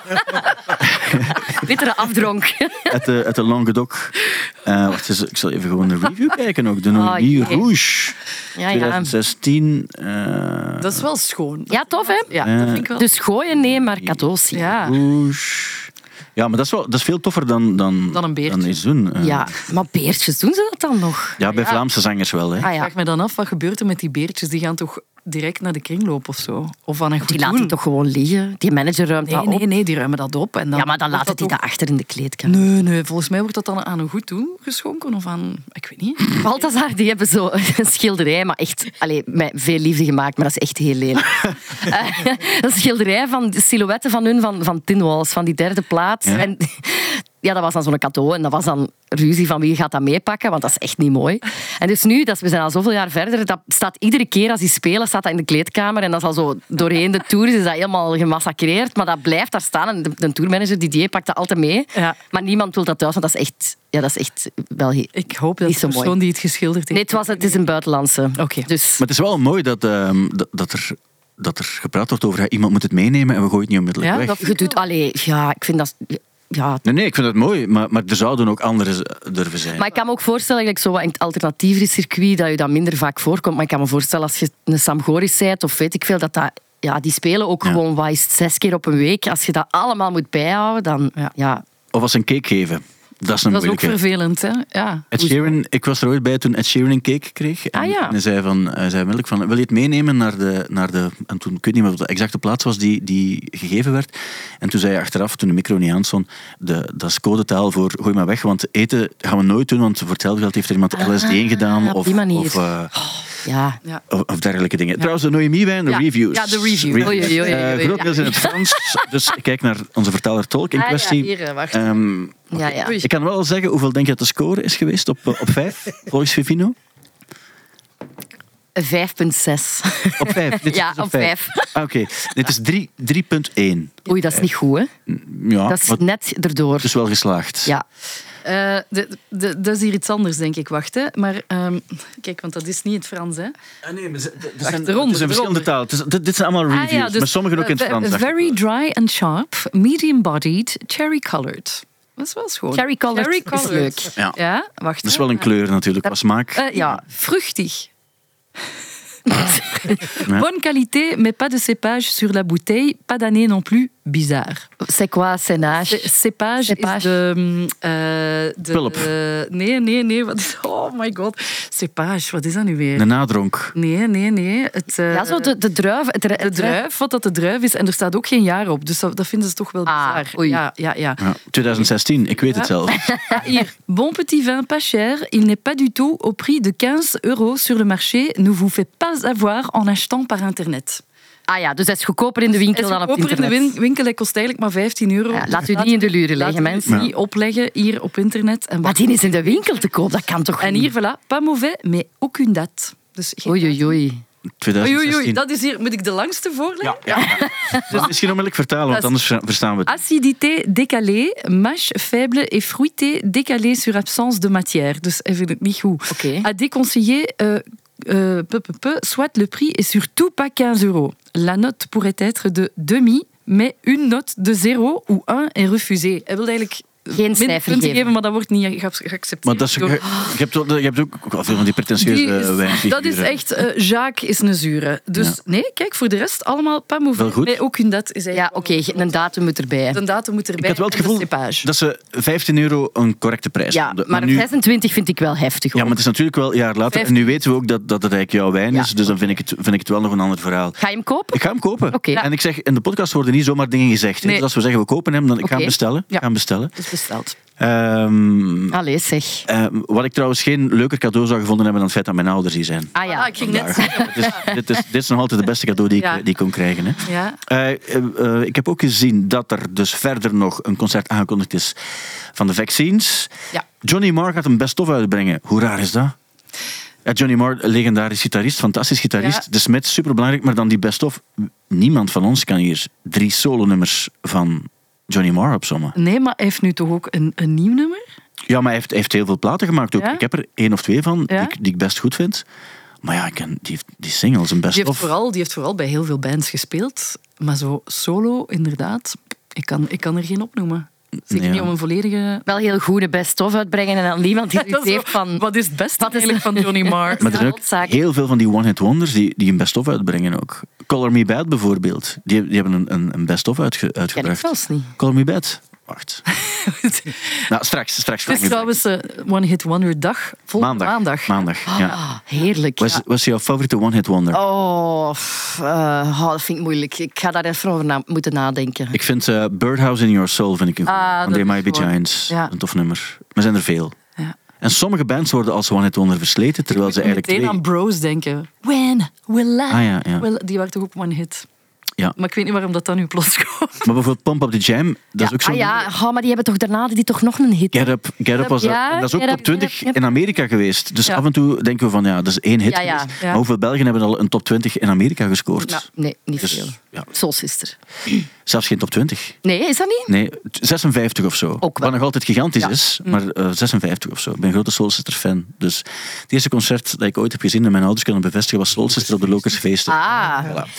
Bittere afdronk. Uit de, uit de Languedoc. Eh wacht eens, ik zal even gewoon de review kijken ook. De Noemi Ah, jee. Rouge. Ja, ja. twintig zestien. eh, Dat is wel schoon. Ja, tof hè? Ja, Eh, dat vind ik wel. Dus gooien, nee, maar cadeaus zien. ja. Rouge. Ja, maar dat is, wel, dat is veel toffer dan, dan, Dan een beertje. Dan iets doen. Eh, Ja, maar beertjes, doen ze dat dan nog? ja, bij Ja. Vlaamse zangers wel. Hè. Ah Ik ja, vraag me dan af, wat gebeurt er met die beertjes? Die gaan toch direct naar de kringloop of zo? Of aan een goed die laat doel? die toch gewoon liggen? Die manager ruimt Nee, dat op. nee, nee, die ruimen dat op. En dan Ja, maar dan wordt laat het die dat dat achter in de kleedkamer. Nee, nee, volgens mij wordt dat dan aan een goed doel geschonken. Of aan... Ik weet niet. Balthazar, die hebben zo een schilderij, maar echt allee, met veel liefde gemaakt, maar dat is echt heel lelijk. Eh, een schilderij van de silhouetten van hun van, van Tin Walls, van die derde plaat. Ja. En ja, dat was dan zo'n cadeau en dat was dan ruzie van wie gaat dat meepakken, want dat is echt niet mooi. En dus nu, dat is, we zijn al zoveel jaar verder, dat staat iedere keer als die spelen, staat dat in de kleedkamer en dat is al zo doorheen de tour is dat helemaal gemassacreerd, maar dat blijft daar staan en de, de tourmanager Didier pakt dat altijd mee, Ja. maar niemand wil dat thuis, want dat is echt, ja, dat is echt wel he- Ik hoop dat Niet de zo persoon mooi. die het geschilderd heeft... Nee, het, was, het is een buitenlandse. Oké. Dus, Maar het is wel mooi dat, ehm, dat, dat, er, dat er gepraat wordt over ja, iemand moet het meenemen en we gooien het niet onmiddellijk Ja, weg. dat- je doet, allee, ja, ik vind dat... Ja, Nee, nee, ik vind het mooi, maar, maar er zouden ook anderen durven zijn. maar ik kan me ook voorstellen, like, zo wat in het alternatieve circuit, dat je dat minder vaak voorkomt. Maar ik kan me voorstellen, als je een Sam Goris bent, of weet ik veel, dat dat... Ja, die spelen ook Ja. gewoon, wat is het, zes keer op een week. Als je dat allemaal moet bijhouden, dan... Ja. Ja. Of als ze een cake geven. Dat is een Dat is ook moeilijke. vervelend, hè? Ja. Ed Sheeran, ik was er ooit bij toen Ed Sheeran een cake kreeg. En, Ah, ja. en hij zei, van, hij zei onmiddellijk van, wil je het meenemen naar de... Naar de en toen, ik weet niet meer wat de exacte plaats was die, die gegeven werd. En toen zei hij achteraf, toen de micro niet aan stond, de, dat is codetaal voor gooi maar weg, want eten gaan we nooit doen, want voor hetzelfde geld heeft er iemand L S D gedaan. op Of, die manier. of, uh, Ja. of, of dergelijke dingen. Trouwens, de Noémie-wijn, de Ja. reviews. Ja, de reviews. Re- Oei, oei, oei, eh, oei. grotendeels in het Frans. Dus ik kijk naar onze vertaler-tolk in Ah, ja, kwestie. hier, eh, wacht. Ehm, Ja, ja. Oei. ik kan wel zeggen hoeveel denk je dat de score is geweest op, op vijf, volgens Vivino? vijf komma zes. Op vijf. Dit is Ja, dus op vijf. Ah, Oké, dit is drie- drie komma één. Oei, dat is niet goed, hè? Ja, Dat is maar net erdoor. het is wel geslaagd. Ja. Eh, de, de, dat is hier iets anders, denk ik. Wacht, hè. Maar ehm, kijk, want dat is niet het Frans, hè. Ah, nee, maar ze- dit Wacht, zijn, eronder, het is een verschillende eronder. taal. Het is, dit, dit zijn allemaal reviews, Ah, ja, dus, maar sommigen ook in het eh, Frans. dacht ik Very wel. dry and sharp, medium-bodied, cherry-colored. Dat is wel schoon. Cherry-colored is leuk. Ja. Ja, wacht. Dat is hè. wel een kleur natuurlijk, qua smaak. Eh, ja, vruchtig. Bonne qualité, mais pas de cépage sur la bouteille. Pas d'année non plus. Bizarre. C'est quoi, Sénage? C- Cépage, Cépage. is de... mm, eh, de Pulp. eh, nee, nee, nee. Wat is, oh my god. Cépage, wat is dat nu weer? Een nadronk. Nee, nee, nee. Het, eh, Ja, zo de, de druif. Het, het de druif, wat dat de druif is. En er staat ook geen jaar op. Dus dat, dat vinden ze toch wel Ah, bizar. oei. Ja, ja, ja. Ja, twintig zestien, ik weet het zelf. Hier. Bon petit vin pas cher. Il n'est pas du tout au prix de quinze euros sur le marché. Ne vous fait pas avoir en achetant par internet. Ah ja, dus dat is goedkoper in de winkel Hij is dan op het goedkoper in de internet. win- winkel. Hij kost eigenlijk maar vijftien euro. Ja, laat u niet in de luren leggen, Laat u mensen. het niet opleggen hier op internet. En, Maar die is in de winkel te koop, dat kan toch en niet? hier, voilà, pas mauvais, mais aucune date. Dus geen Oei, oei, oei. twintig Oei, zestien. oei, oei, dat is hier. Moet ik de langste voorleggen? Ja, ja. Dus misschien onmiddellijk vertalen, want Dat is- anders ver- verstaan we het. Acidité décalée, mâche faible et fruitée décalée sur absence de matière. Dus hij vindt het niet goed. Oké. À déconseiller, euh, euh, peu, peu, peu, soit le prix est surtout pas quinze euro. La note pourrait être de demi, mais une note de zéro ou un est refusée. Hij wil eigenlijk Geen min cijfer punten geven. maar dat wordt niet ge- geaccepteerd. Maar dat is, je, door- je hebt, wel- je hebt ook wel veel van die pretentieuze Die is- wijnfiguren. dat is echt... eh, Jacques is een zure. Dus Ja. nee, kijk, voor de rest allemaal pas mauvais. Wel goed. Mais aucune date is Ja, eigenlijk... oké, een datum moet erbij. De datum moet erbij. Ik had wel het en de gevoel cépage. dat ze vijftien euro een correcte prijs Ja, vonden. maar nu, zesentwintig vind ik wel heftig. ja, Hoor. maar het is natuurlijk wel een jaar later. En nu weten we ook dat, dat het eigenlijk jouw wijn is. Ja. Dus dan vind ik, het, vind ik het wel nog een ander verhaal. Ga je hem kopen? Ik ga hem kopen. Oké. En ik zeg, in de podcast worden niet zomaar dingen gezegd. hè. Nee. Dus als we zeggen, we kopen hem, dan ik ga Oké. hem bestellen. Ja. Ik ga hem bestellen. Het is besteld. Ehm, Allee, zeg. eh, wat ik trouwens geen leuker cadeau zou gevonden hebben dan het feit dat mijn ouders hier zijn. Ah ja. Ah, ik ging net Vandaag. zeggen. Het is, dit, is, dit is nog altijd het beste cadeau die ik, Ja. die ik kon krijgen. Hè. Ja. Eh, eh, eh, ik heb ook gezien dat er dus verder nog een concert aangekondigd is van de Vaccines. Ja. Johnny Marr gaat een best-of uitbrengen. Hoe raar is dat? Ja, Johnny Marr, legendarisch gitarist, fantastisch gitarist. Ja. De Smith, superbelangrijk. Maar dan die best-of. Niemand van ons kan hier drie solonummers van Johnny Marr opzommen. Nee, maar hij heeft nu toch ook een, een nieuw nummer? Ja, maar hij heeft, hij heeft heel veel platen gemaakt ook. Ja? Ik heb er één of twee van Ja? die, ik, die ik best goed vind. Maar ja, ik ken, die, heeft, die singles, een Die heeft, best-of. vooral, die heeft vooral bij heel veel bands gespeeld. Maar zo solo, inderdaad, ik kan, ik kan er geen opnoemen. Zeker Ja. niet om een volledige... Wel heel goede best-of uitbrengen en dan niemand die Dat iets is heeft zo, van... Wat is het beste Wat is- eigenlijk van Johnny Marr? Maar er zijn ook Rotzaak. heel veel van die one-hit wonders die, die een best-of uitbrengen ook. Color Me Bad bijvoorbeeld. Die, die hebben een, een, een best-of uitge, ken ik uitgebracht. zelfs niet. Color Me Bad. Wacht. nou, straks. straks Het is trouwens uh, One Hit Wonder dag. Volgende maandag. maandag. Maandag, ja. Ah, heerlijk. Was, was jouw favoriete one-hit wonder? Oh, pff, uh, oh, dat vind ik moeilijk. Ik ga daar even over na moeten nadenken. Ik vind uh, Birdhouse in Your Soul vind ik een goeie. Ah, Van dat They is Might Be mooi. Giants. Ja. Een tof nummer. Maar zijn er veel. Ja. En sommige bands worden als one-hit wonder versleten, terwijl ze Ik moet eigenlijk meteen twee... aan Bros denken. When will I? Ah, ja, ja. Will, die waren toch ook One Hit? Ja. Maar ik weet niet waarom dat dan nu plots komt. Maar bijvoorbeeld Pump Up the Jam, dat is ook zo. Ah ja, oh, maar die hebben toch daarna die toch nog een hit. Get Up, Get Up was dat. Ja, En dat is ook Get top Up, twintig Get Up, in Amerika geweest. Dus Ja. af en toe denken we van, ja, dat is één hit Ja, ja. geweest. Ja. Maar hoeveel Belgen hebben al een top twintig in Amerika gescoord? Ja, nee, niet Dus, veel. ja, Soul Sister. zelfs geen top twintig. Nee, is dat niet? Nee, zesenvijftig of zo. Ook wel. Wat nog altijd gigantisch Ja. is, maar uh, zesenvijftig of zo. Ik ben een grote Soul Sister fan. Dus het eerste concert dat ik ooit heb gezien en mijn ouders kunnen bevestigen was Soul Sister op de Locust Feesten. Ah. Voilà.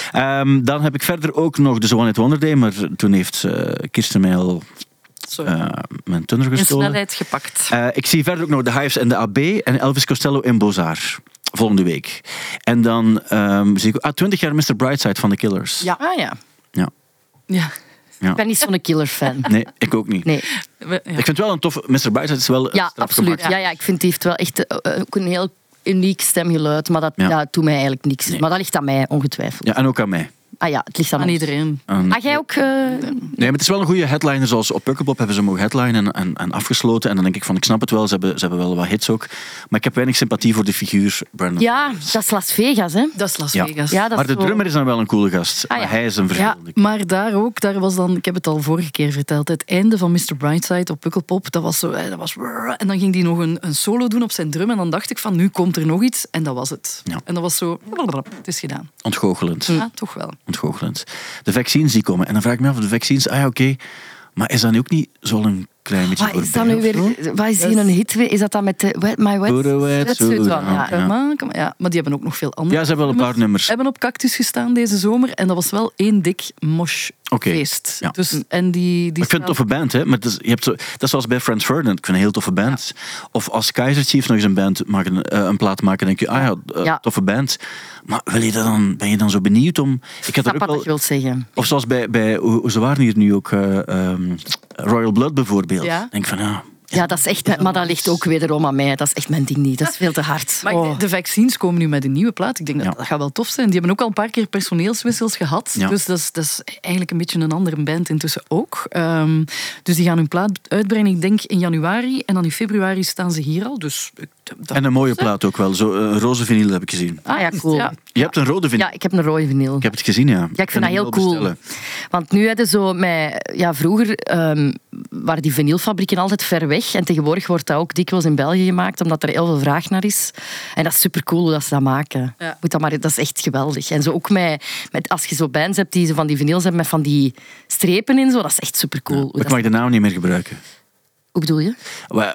Um, dan heb ik verder ook nog de One Hit Wonder Day, maar toen heeft uh, Kirsten mij al Sorry. uh, mijn tunder In gestolen. snelheid gepakt. Uh, ik zie verder ook nog de Hives en de A B en Elvis Costello in Beaux-Arts. Volgende week. En dan um, zie ik ah, twintig jaar mister Brightside van The Killers. Ja. Ah ja. Ja. Ja. Ja. Ik ben niet zo'n killer-fan. Nee, ik ook niet. Nee. We- ja. Ik vind het wel een tof... mister Brightside is wel een Ja, straf absoluut. gemaakt. Ja, ja, ik vind die heeft wel echt uh, ook een heel uniek stemgeluid, maar dat, Ja. ja. doet mij eigenlijk niks. Nee. Maar dat ligt aan mij, ongetwijfeld. Ja, en ook aan mij. Ah ja, het ligt aan, Aan ons. iedereen. Aan- Ah, jij ook? uh, Nee, maar het is wel een goede headliner. Zoals op Pukkelpop hebben ze mogen headlinen en, en, en afgesloten. En dan denk ik van, ik snap het wel, ze hebben, ze hebben wel wat hits ook. Maar ik heb weinig sympathie voor de figuur Brandon. Ja, dat is Las Vegas, hè? Dat is Las Ja. Vegas. Ja, dat Maar is de zo- drummer is dan wel een coole gast. Ah, ja. Maar hij is een Ja, verschillende. maar daar ook, daar was dan, ik heb het al vorige keer verteld, het einde van mister Brightside op Pukkelpop, dat was zo, eh, dat was en dan ging hij nog een, een solo doen op zijn drum en dan dacht ik van, nu komt er nog iets en dat was het. Ja. En dat was zo, het is gedaan. Ontgoochelend. Ja, toch wel. Ontgoochelend. De vaccins die komen. En dan vraag ik me af, de vaccins, ah ja, oké. Maar is dat nu ook niet zo'n klein beetje Wat is dat voorbij nu of zo? weer? Wat is die een hit? Is dat dan met de Wet My Wet? Put a wet Wetsuit suit van, on. ja. Ja. Maar, kom- ja, maar die hebben ook nog veel andere Ja, ze hebben wel een paar nummers. hebben op Cactus gestaan deze zomer en dat was wel één dik moshfeest. Ja. Dus, en die, die Maar ik vind het een toffe band, hè. Maar het is, je hebt zo, dat is zoals bij Franz Ferdinand. Ik vind een heel toffe band. Of als Kaiser Chiefs nog eens een, band maken, uh, een plaat maken, denk je, ah ja, uh, Ja. toffe band. Maar wil je dat dan, ben je dan zo benieuwd om... Ik had Dat er ook wat wel, ik wil zeggen. of zoals bij, bij hoe, hoe ze waren hier nu ook, uh, um, Royal Blood bijvoorbeeld. Ja. Denk van, ja... Ja, dat is echt... Maar dat ligt ook wederom aan mij. Dat is echt mijn ding niet. Dat is veel te hard. Maar Oh. de vaccins komen nu met een nieuwe plaat. Ik denk dat Ja. dat gaat wel tof zijn. Die hebben ook al een paar keer personeelswissels gehad. Ja. Dus dat is, dat is eigenlijk een beetje een andere band intussen ook. Um, dus die gaan hun plaat uitbrengen, ik denk in januari. En dan in februari staan ze hier al. Dus ik- dat- En een mooie plaat ook wel. Zo, een roze vinyl heb ik gezien. Ah ja, cool. Ja. Je hebt een rode vinyl. Ja, ik heb een rode vinyl. Ik heb het gezien, ja. Ja, ik vind dat heel hem cool. wel bestellen. Want nu hadden zo met, ja, vroeger ehm, waren die vinylfabrieken altijd ver weg. En tegenwoordig wordt dat ook dikwijls in België gemaakt, omdat er heel veel vraag naar is. En dat is supercool hoe dat ze dat maken. Ja. Moet dat, maar, dat is echt geweldig. En zo ook met, met, als je zo bands hebt die zo van die vinyls hebben met van die strepen in, zo, dat is echt supercool. Hoe Ik dat- mag de naam niet meer gebruiken. Hoe bedoel je? Maar,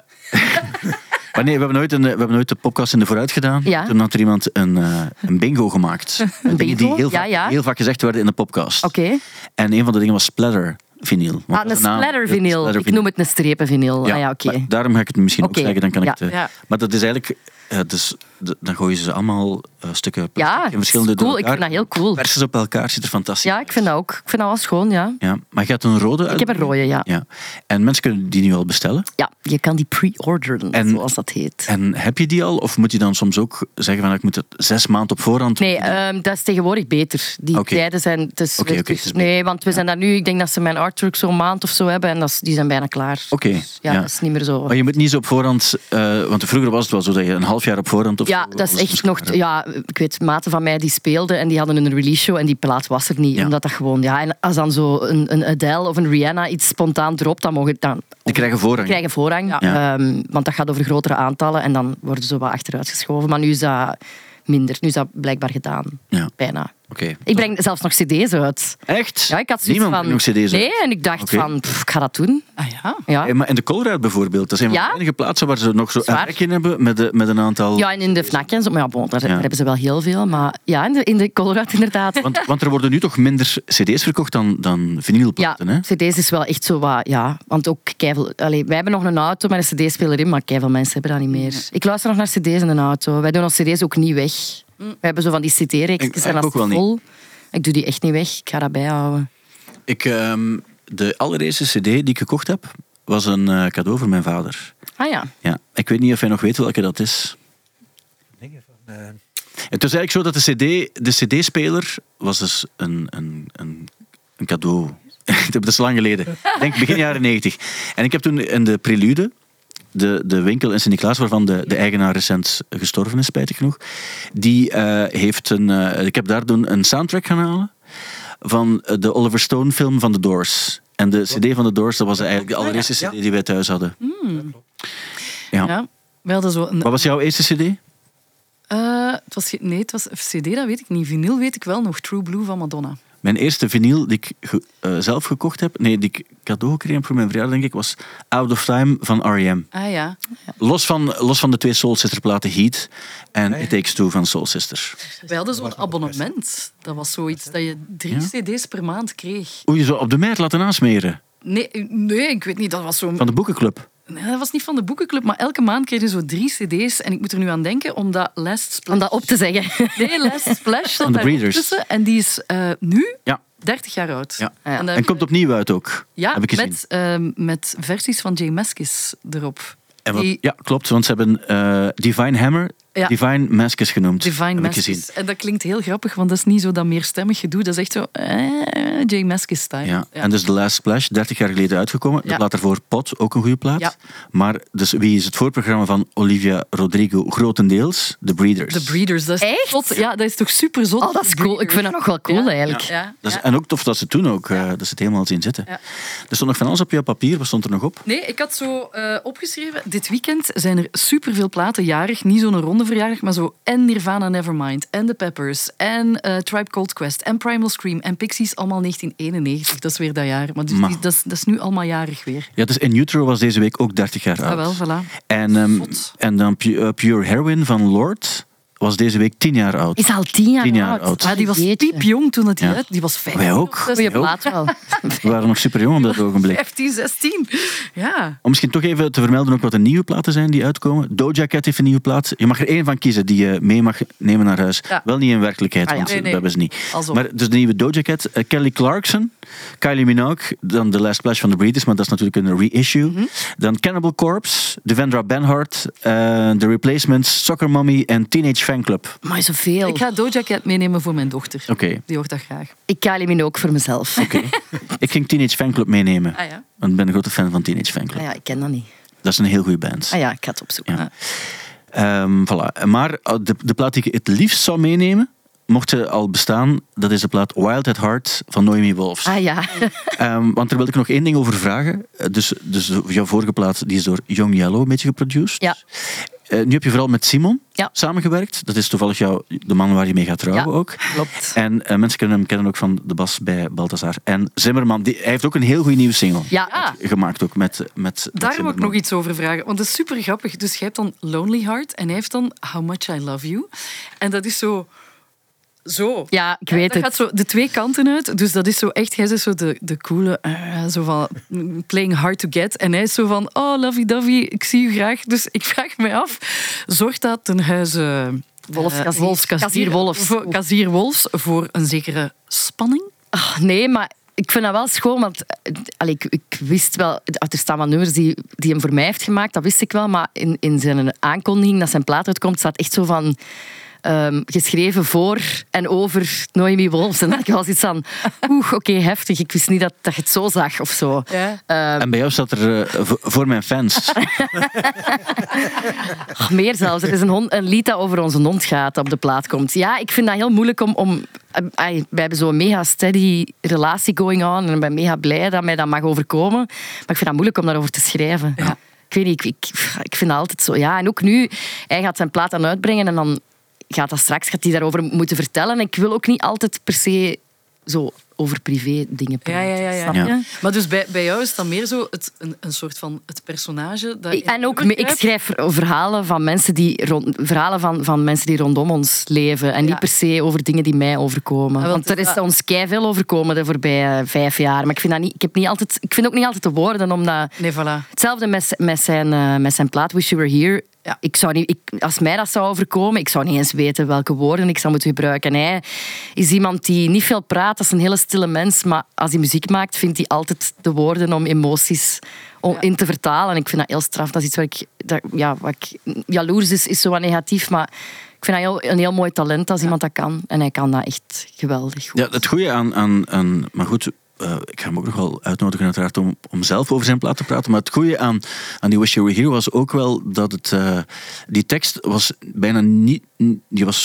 maar nee, we hebben, nooit een, we hebben nooit de podcast in de vooruit gedaan. Ja. Toen had er iemand een, uh, een bingo gemaakt. Een Dingen die bingo? heel Ja, vaak, ja. heel vaak gezegd werden in de podcast. Oké. En een van de dingen was splatter vinyl. Wat Ah, was een de naam? splatter Ja, vinyl. splatter Ik noem het een strepen vinyl. Ja, Ah, ja, oké. maar daarom ga ik het misschien Oké. ook zeggen. Dan kan Ja. ik het, Ja. Maar dat is eigenlijk... Uh, dus, de, dan gooien ze allemaal uh, stukken plastic Ja, in verschillende cool. door Ik elkaar. vind dat heel cool. Persen ze op elkaar, ziet er fantastisch Ja, ik vind dat ook. Ik vind dat wel schoon, ja. Ja, maar je hebt een rode Ik heb een rode, ja. Ja. En mensen kunnen die nu al bestellen. Ja, je kan die pre-orderen, En- zoals dat heet. En heb je die al? Of moet je dan soms ook zeggen van ik moet het zes maanden op voorhand Nee, ehm, dat is tegenwoordig beter. Die Oké. tijden zijn... Dus, Oké, oké, dus- het is beter. nee, want we zijn daar nu... Ik denk dat ze mijn artwork zo'n maand of zo hebben en dat is, die zijn bijna klaar. Oké, Dus ja, ja. dat is niet meer zo... Maar je moet niet zo op voorhand... uh, want vroeger was het wel zo dat je een half jaar op voorhand... Of Ja, zo dat is alles echt moest nog... klaren. Ja, ik weet, maten van mij die speelden en die hadden een release show en die plaat was er niet. Ja. Omdat dat gewoon... Ja, en als dan zo een, een Adele of een Rihanna iets spontaan dropt, dan mogen dan... Die krijgen voorrang. krijgen voorrang. Ja. Ehm, want dat gaat over grotere aantallen en dan worden ze wat achteruit geschoven. Maar nu is dat minder. Nu is dat blijkbaar gedaan. Ja. Bijna. Oké. Ik breng zelfs nog cd's uit. Echt? Ja, ik had zoiets Niemand van... brengt nog cd's uit? Nee, en ik dacht Oké. van, pff, ik ga dat doen. Ah ja. Ja. Hey, maar in de Colruyt bijvoorbeeld, dat is een van Ja? de weinige plaatsen waar ze nog zo een Zwaar. rek in hebben met, de, met een aantal... Ja, en in de Fnac en zo. Maar ja, bon, daar, Ja. daar hebben ze wel heel veel. Maar ja, in de, in de Colruyt inderdaad. Want, want er worden nu toch minder cd's verkocht dan, dan vinylplaten, Ja, hè? cd's is wel echt zo wat... Ja, want ook keivel, allee, wij hebben nog een auto met een cd-speler in, maar keivel mensen hebben dat niet meer. Ik luister nog naar cd's in een auto. Wij doen onze cd's ook niet weg. We hebben zo van die Ik- cd-reeks en ik dat ook is wel niet. vol. Ik doe die echt niet weg. Ik ga dat bijhouden. Ik, ehm, de allereerste cd die ik gekocht heb, was een eh, cadeau voor mijn vader. Ah ja. Ja. Ik weet niet of jij nog weet welke dat is. Dingen van, eh, Het is eigenlijk zo dat de cd, de cd-speler was dus een, een, een, een cadeau. Dat is lang geleden. Ik denk begin jaren negentig. En ik heb toen in de Prelude, de, de winkel in Sint-Niklaas, waarvan de, de eigenaar recent gestorven is, spijtig genoeg, die uh, heeft een... Uh, ik heb daar toen een soundtrack gaan halen van de Oliver Stone film van The Doors. En de cd van The Doors, dat was eigenlijk de allereerste cd die wij thuis hadden. Mm. Ja. Ja, we hadden zo een... Wat was jouw eerste cd? Uh, het was, ge- nee, het was cd, dat weet ik niet. Vinyl weet ik wel nog. True Blue van Madonna. Mijn eerste vinyl die ik ge- uh, zelf gekocht heb, nee, die ik cadeau gekregen heb voor mijn verjaardag, denk ik, was Out of Time van R E M. Ah ja. Los van, los van de twee Soul Sister platen Heat en It Takes Two van Soul Sister. Wij hadden zo'n abonnement. Dat was zoiets dat je drie Ja? cd's per maand kreeg. Oeh, je zou op de meid laten aansmeren. Nee, nee, ik weet niet. Dat was zo'n... Van de boekenclub. Nee, dat was niet van de boekenclub, maar elke maand kreeg je zo drie cd's. En ik moet er nu aan denken, omdat Last Splash... Om dat op te zeggen. Nee, Last Splash Van zat de daar Breeders. tussen. En die is uh, nu Ja. dertig jaar oud. Ja. Ja. En, daar- En komt opnieuw uit ook. ja, heb ik gezien. met, uh, met versies van Jay Maskis erop. En wat- Die- ja, klopt, want ze hebben uh, Divine Hammer, Ja. Divine Maskis genoemd. Divine heb ik Maskis. gezien. En dat klinkt heel grappig, want dat is niet zo dat meerstemmig gedoe. Dat is echt zo... Eh, Jay Maskis-style. Ja. En dus The Last Splash, dertig jaar geleden uitgekomen. De Ja. plaat daarvoor Pot, ook een goede plaat. Ja. Maar dus wie is het voorprogramma van Olivia Rodrigo? Grotendeels The Breeders. The Breeders. Dat is Echt? zot. Ja, dat is toch super zot. Oh, dat is cool. Ik vind dat nog wel cool, Ja. eigenlijk. Ja. Dat is, Ja. En ook tof dat ze toen ook, uh, dat ze het helemaal zien zitten. Ja. Er stond nog van alles op jouw papier. Wat stond er nog op? Nee, ik had zo uh, opgeschreven... Dit weekend zijn er superveel platen jarig. Niet zo'n ronde verjaardag, maar zo... En Nirvana Nevermind, en The Peppers, en uh, Tribe Called Quest, en Primal Scream, en Pixies, allemaal negentien eenennegentig. Dat is weer dat jaar. Maar dus Ma. die, dat, is, dat is nu allemaal jarig weer. Ja, dus In Utero was deze week ook dertig jaar oud. Ah, wel, voilà. En, um, Zot. en dan Pu- uh, Pure Heroin van Lord was deze week tien jaar oud. Is al tien jaar, Tien jaar oud. Ah, die was Jeetje. piepjong toen het die Ja. uit... Die was vijftien. Wij ook. of zestien. Goeie Wij ook. plaat wel. We waren nog super jong op dat ogenblik. vijftien, zestien. Ja. Om misschien toch even te vermelden ook wat de nieuwe platen zijn die uitkomen. Doja Cat heeft een nieuwe plaat. Je mag er één van kiezen die je mee mag nemen naar huis. Ja. Wel niet in werkelijkheid, Ah, ja. want Nee, dat nee. hebben ze niet. Alsof. Maar dus de nieuwe Doja Cat, uh, Kelly Clarkson, Kylie Minogue, dan The Last Splash van The Breeders, maar dat is natuurlijk een reissue. Mhm. Dan Cannibal Corpse, Devendra Banhart, uh, The Replacements, Soccer Mommy en Teenage Fanclub. Maar zoveel. Ik ga Doja Cat meenemen voor mijn dochter. Oké, Die hoort dat graag. Ik Kylie Minogue ook voor mezelf. oké. Ik ging Teenage Fanclub meenemen. Ah ja. Want ik ben een grote fan van Teenage Fanclub. Ah ja, ik ken dat niet. Dat is een heel goede band. Ah ja, ik ga het opzoeken. Ja. Um, voilà. Maar uh, de, de plaat die ik het liefst zou meenemen, mocht ze al bestaan, dat is de plaat Wild at Heart van Noemi Wolfs. Ah ja. Um, want daar wil ik nog één ding over vragen. Uh, Dus, dus jouw vorige plaat die is door Young Yellow een beetje geproduced. Ja. Uh, nu heb je vooral met Simon Ja. samengewerkt. Dat is toevallig jou, de man waar je mee gaat trouwen Ja. ook. Klopt. En uh, mensen kunnen hem kennen ook van de bas bij Balthazar. En Zimmerman, die, hij heeft ook een heel goede nieuwe single Ja. Ja. gemaakt ook met, met, met Daar wil ik Zimmerman. nog iets over vragen, want dat is super grappig. Dus jij hebt dan Lonely Heart en hij heeft dan How Much I Love You. En dat is zo... Zo. Ja, ik weet dat het. gaat zo de twee kanten uit. Dus dat is zo echt... Hij is zo de, de coole... eh, zo van... mm, playing hard to get. En hij is zo van... Oh, lovey-dovey, ik zie u graag. Dus ik vraag mij af... Zorgt dat ten huize... Wolfs, eh, Kazier. Wolfs, Kazier, Kazier Wolfs. Voor, Kazier Wolfs voor een zekere spanning? Oh, nee, maar ik vind dat wel schoon, want eh, allee, ik, ik wist wel... Er staan wat nummers die, die hem voor mij heeft gemaakt, dat wist ik wel. Maar in, in zijn aankondiging dat zijn plaat uitkomt, staat echt zo van... Um, geschreven voor en over Noemi Wolfs. En dat was iets van... Oeh, oké, okay, heftig. Ik wist niet dat, dat je het zo zag of zo. Ja. Um, En bij jou staat er uh, voor, voor mijn fans. oh, meer zelfs. Er is een, hond, een lied dat over onze hond gaat, dat op de plaat komt. Ja, ik vind dat heel moeilijk om... om Ay, wij hebben zo'n mega steady relatie going on en ik ben mega blij dat mij dat mag overkomen. Maar ik vind dat moeilijk om daarover te schrijven. Ja. Ik weet niet, ik, ik, ik vind dat altijd zo. Ja, en ook nu, hij gaat zijn plaat dan uitbrengen en dan gaat dat straks gaat hij daarover moeten vertellen. Ik wil ook niet altijd per se zo over privé dingen praten. Ja, ja, ja, ja. Snap Ja. je? Maar dus bij, bij jou is dat meer zo het, een, een soort van het personage... Dat je En ook, me- ik schrijf verhalen van mensen die rond, verhalen van, van mensen die rondom ons leven. En niet Ja. per se over dingen die mij overkomen. want Want er is dat- ons keiveel overkomen de voorbije vijf jaar. Maar ik vind, dat niet, ik, heb niet altijd, ik vind ook niet altijd de woorden om dat... Nee, voilà. Hetzelfde met, met, zijn, uh, met zijn plaat Wish You Were Here. Ja. Ik zou niet, ik, als mij dat zou overkomen, ik zou niet eens weten welke woorden ik zou moeten gebruiken. En hij is iemand die niet veel praat, dat is een hele stille mens. Maar als hij muziek maakt, vindt hij altijd de woorden om emoties om, Ja. in te vertalen. En ik vind dat heel straf. Dat is iets waar ik... Dat, ja, wat ik jaloers is, is zo wat negatief, maar... Ik vind dat heel, een heel mooi talent als iemand dat kan. En hij kan dat echt geweldig goed. Ja, het goede aan, aan, aan... Maar goed, uh, ik ga hem ook nog wel uitnodigen uiteraard om, om zelf over zijn plaat te praten. Maar het goede aan, aan die Wish You Were Here was ook wel dat het... Uh, die tekst was bijna niet... Die was zo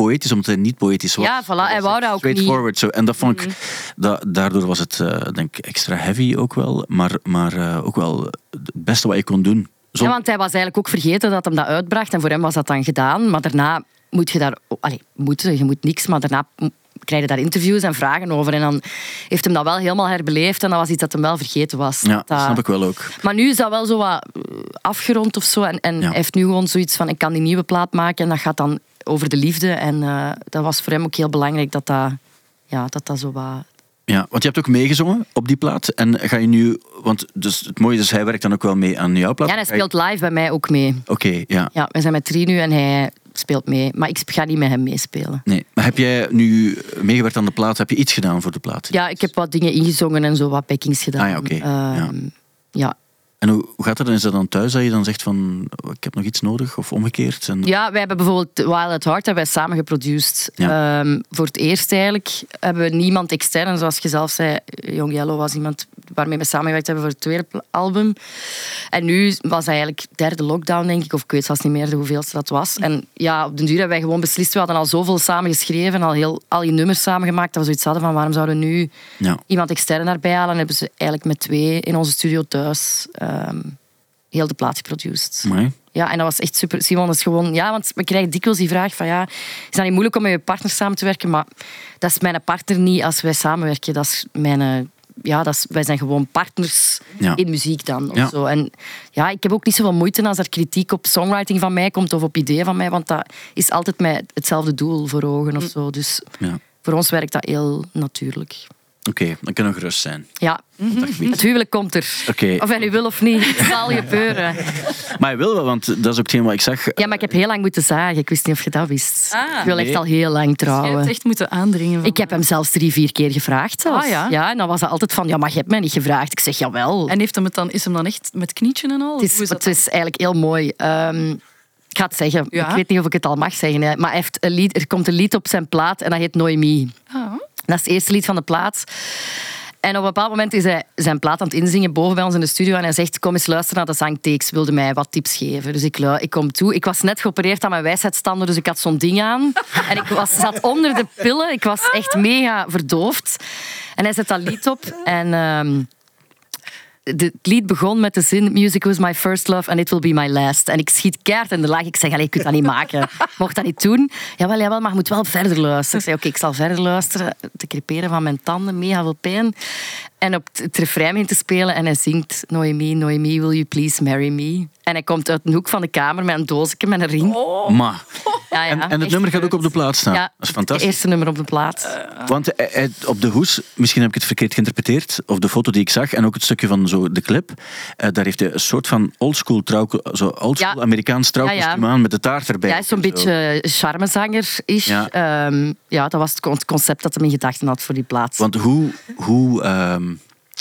poëtisch, omdat hij niet poëtisch was. Ja, voilà, hij wou dat ook straightforward, zo. En dat vond ik, Mm-hmm. da, daardoor was het uh, denk ik extra heavy ook wel, maar, maar uh, ook wel het beste wat je kon doen. Zo... Ja, want hij was eigenlijk ook vergeten dat hem dat uitbracht en voor hem was dat dan gedaan, maar daarna moet je daar... Allee, moet, je moet niks, maar daarna krijg je daar interviews en vragen over en dan heeft hem dat wel helemaal herbeleefd en dat was iets dat hem wel vergeten was. Ja, dat, dat snap ik wel ook. Maar nu is dat wel zo wat afgerond of zo en, en ja. hij heeft nu gewoon zoiets van ik kan die nieuwe plaat maken en dat gaat dan over de liefde en uh, dat was voor hem ook heel belangrijk dat dat, ja, dat, dat zo wat... Ja, want je hebt ook meegezongen op die plaat. En ga je nu... Want dus het mooie is, hij werkt dan ook wel mee aan jouw plaat. Ja, hij speelt live bij mij ook mee. Oké, okay, ja. Ja, we zijn met drie nu en hij speelt mee. Maar ik ga niet met hem meespelen. Nee, maar heb jij nu meegewerkt aan de plaat? Heb je iets gedaan voor de plaat? Ja, ik heb wat dingen ingezongen en zo, wat backings gedaan. Ah ja, oké. Okay. Uh, ja. ja. En hoe, hoe gaat dat dan? Is dat dan thuis dat je dan zegt van ik heb nog iets nodig of omgekeerd? En... Ja, wij hebben bijvoorbeeld Wild at Heart hebben wij samen geproduceerd. Ja. Um, voor het eerst eigenlijk hebben we niemand extern. En zoals je zelf zei, Young Yellow was iemand waarmee we samengewerkt hebben voor het tweede album. En nu was eigenlijk derde lockdown, denk ik. Of ik weet zelfs niet meer de hoeveelste dat was. En ja, op den duur hebben wij gewoon beslist. We hadden al zoveel samen geschreven, al, heel, al die nummers samengemaakt, dat we zoiets hadden van waarom zouden we nu ja. iemand extern daarbij halen. En hebben ze eigenlijk met twee in onze studio thuis um, heel de plaat geproduceerd. Nee. Ja, en dat was echt super. Simon is gewoon... Ja, want we krijgen dikwijls die vraag van... Ja, is dat niet moeilijk om met je partner samen te werken? Maar dat is mijn partner niet als wij samenwerken. Dat is mijn... Ja, dat is, wij zijn gewoon partners ja. in muziek dan. Of ja. zo. En ja, ik heb ook niet zoveel moeite als er kritiek op songwriting van mij komt of op ideeën van mij, want dat is altijd met hetzelfde doel voor ogen of zo. Dus ja. voor ons werkt dat heel natuurlijk. Oké, okay, dan kunnen we gerust zijn. Ja, het huwelijk komt er. Okay. Of hij nu wil of niet, het zal gebeuren. Maar hij wil wel, want dat is ook hetgeen wat ik zag. Ja, maar ik heb heel lang moeten zagen. Ik wist niet of je dat wist. Ah, ik wil echt nee. al heel lang trouwen. Je hebt echt moeten aandringen. Van... Ik heb hem zelfs drie, vier keer gevraagd. Zelfs. Ah, ja? Ja, en dan was hij altijd van, ja, maar je hebt mij niet gevraagd. Ik zeg, jawel. En heeft hem het dan, is hem dan echt met knietjen en al? Het is, Hoe is dat het is eigenlijk heel mooi. Um, ik ga het zeggen. Ja? Ik weet niet of ik het al mag zeggen. Hè. Maar hij heeft een lied, er komt een lied op zijn plaat en dat heet Noemi. Ah. Dat is het eerste lied van de plaat. En op een bepaald moment is hij zijn plaat aan het inzingen boven bij ons in de studio en hij zegt, kom eens luisteren naar de zangtakes, wilde mij wat tips geven. Dus ik, ik kom toe. Ik was net geopereerd aan mijn wijsheidsstander, dus ik had zo'n ding aan. En ik was, zat onder de pillen. Ik was echt mega verdoofd. En hij zet dat lied op en... Um, het lied begon met de zin Music was my first love and it will be my last. En ik schiet keihard in de laag. Ik zeg, allee, je kunt dat niet maken. Mocht dat niet doen? Jawel, jawel, maar je moet wel verder luisteren. Ik zei, oké, okay, ik zal verder luisteren. Te creperen van mijn tanden, mega veel pijn. En op het refrein in te spelen en hij zingt Noemi, Noemi, will you please marry me? En hij komt uit een hoek van de kamer met een doosje, met een ring. Oh. Maar. Ja, ja, en, en het nummer gaat ook op de plaat staan. Ja, dat is fantastisch. Het eerste nummer op de plaat. Uh, Want hij, hij, op de hoes, misschien heb ik het verkeerd geïnterpreteerd, of de foto die ik zag, en ook het stukje van zo de clip, uh, daar heeft hij een soort van oldschool trouw, zo oldschool ja. Amerikaans trouwkostuum ja, ja. aan met de taart erbij. Ja, hij is zo'n beetje charmezanger is. Ja. Um, ja, dat was het concept dat hij in gedachten had voor die plaat. Want hoe, hoe, um,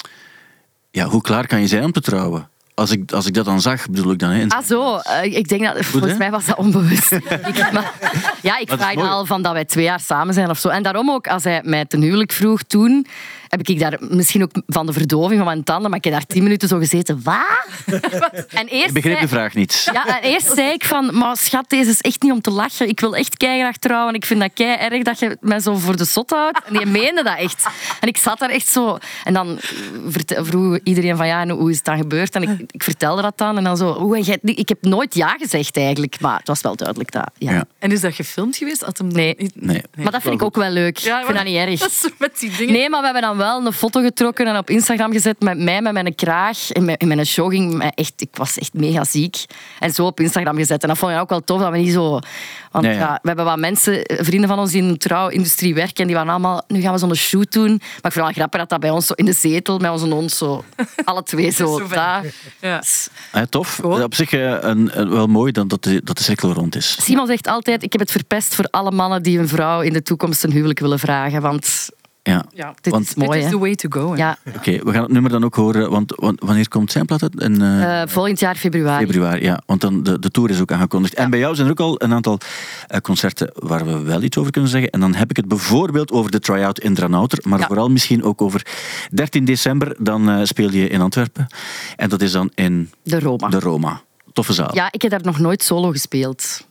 ja, hoe klaar kan je zijn om te trouwen? Als ik, als ik dat dan zag, bedoel ik dan... Hè, ah zo, uh, ik denk dat... Goed, volgens hè? mij was dat onbewust. ik, maar, ja, ik vraag al van dat wij twee jaar samen zijn of zo. En daarom ook, als hij mij ten huwelijk vroeg toen, heb ik daar misschien ook van de verdoving van mijn tanden, maar ik heb daar tien minuten zo gezeten. Wat? En eerst ik begreep de vraag niet. Ja, en eerst zei ik van, maar schat, deze is echt niet om te lachen. Ik wil echt keigraag trouwen. Ik vind dat kei erg dat je mij zo voor de zot houdt. En die meende dat echt. En ik zat daar echt zo... En dan vroeg iedereen van, ja, en hoe is het dan gebeurd? En ik, ik vertelde dat dan. En dan zo, oh, en jij, ik heb nooit ja gezegd eigenlijk. Maar het was wel duidelijk dat... Ja. Ja. En is dat gefilmd geweest? Had hem nee. Niet... nee. Maar dat vind ik ook wel leuk. Ja, ik vind dat niet erg. Dat is met die dingen. Nee, maar we hebben dan wel een foto getrokken en op Instagram gezet met mij, met mijn kraag. In mijn, in mijn show ging mij echt... Ik was echt mega ziek. En zo op Instagram gezet. En dat vond ik ook wel tof, dat we niet zo... Want ja, ja. Ja, we hebben wat mensen, vrienden van ons die in de trouwindustrie werken, en die waren allemaal... Nu gaan we zo'n shoot doen. Maar ik vind het wel grappig dat dat bij ons zo in de zetel, met onze hond, zo... Alle twee zo... zo daar. Ja. Ja, tof. Cool. Op zich een, een, wel mooi dat de, dat de cirkel rond is. Simon zegt altijd, ik heb het verpest voor alle mannen die een vrouw in de toekomst een huwelijk willen vragen. Want... Ja, ja, dit want, is mooi. Dit is the way to go. Ja. Oké, okay, we gaan het nummer dan ook horen. Want wanneer komt zijn plaat uit? In, uh, uh, volgend jaar februari. Februari, ja. Want dan de, de tour is ook aangekondigd. Ja. En bij jou zijn er ook al een aantal uh, concerten waar we wel iets over kunnen zeggen. En dan heb ik het bijvoorbeeld over de try-out in Dranouter. Maar ja. vooral misschien ook over dertien december. Dan uh, speel je in Antwerpen. En dat is dan in... De Roma. De Roma. Toffe zaal. Ja, ik heb daar nog nooit solo gespeeld.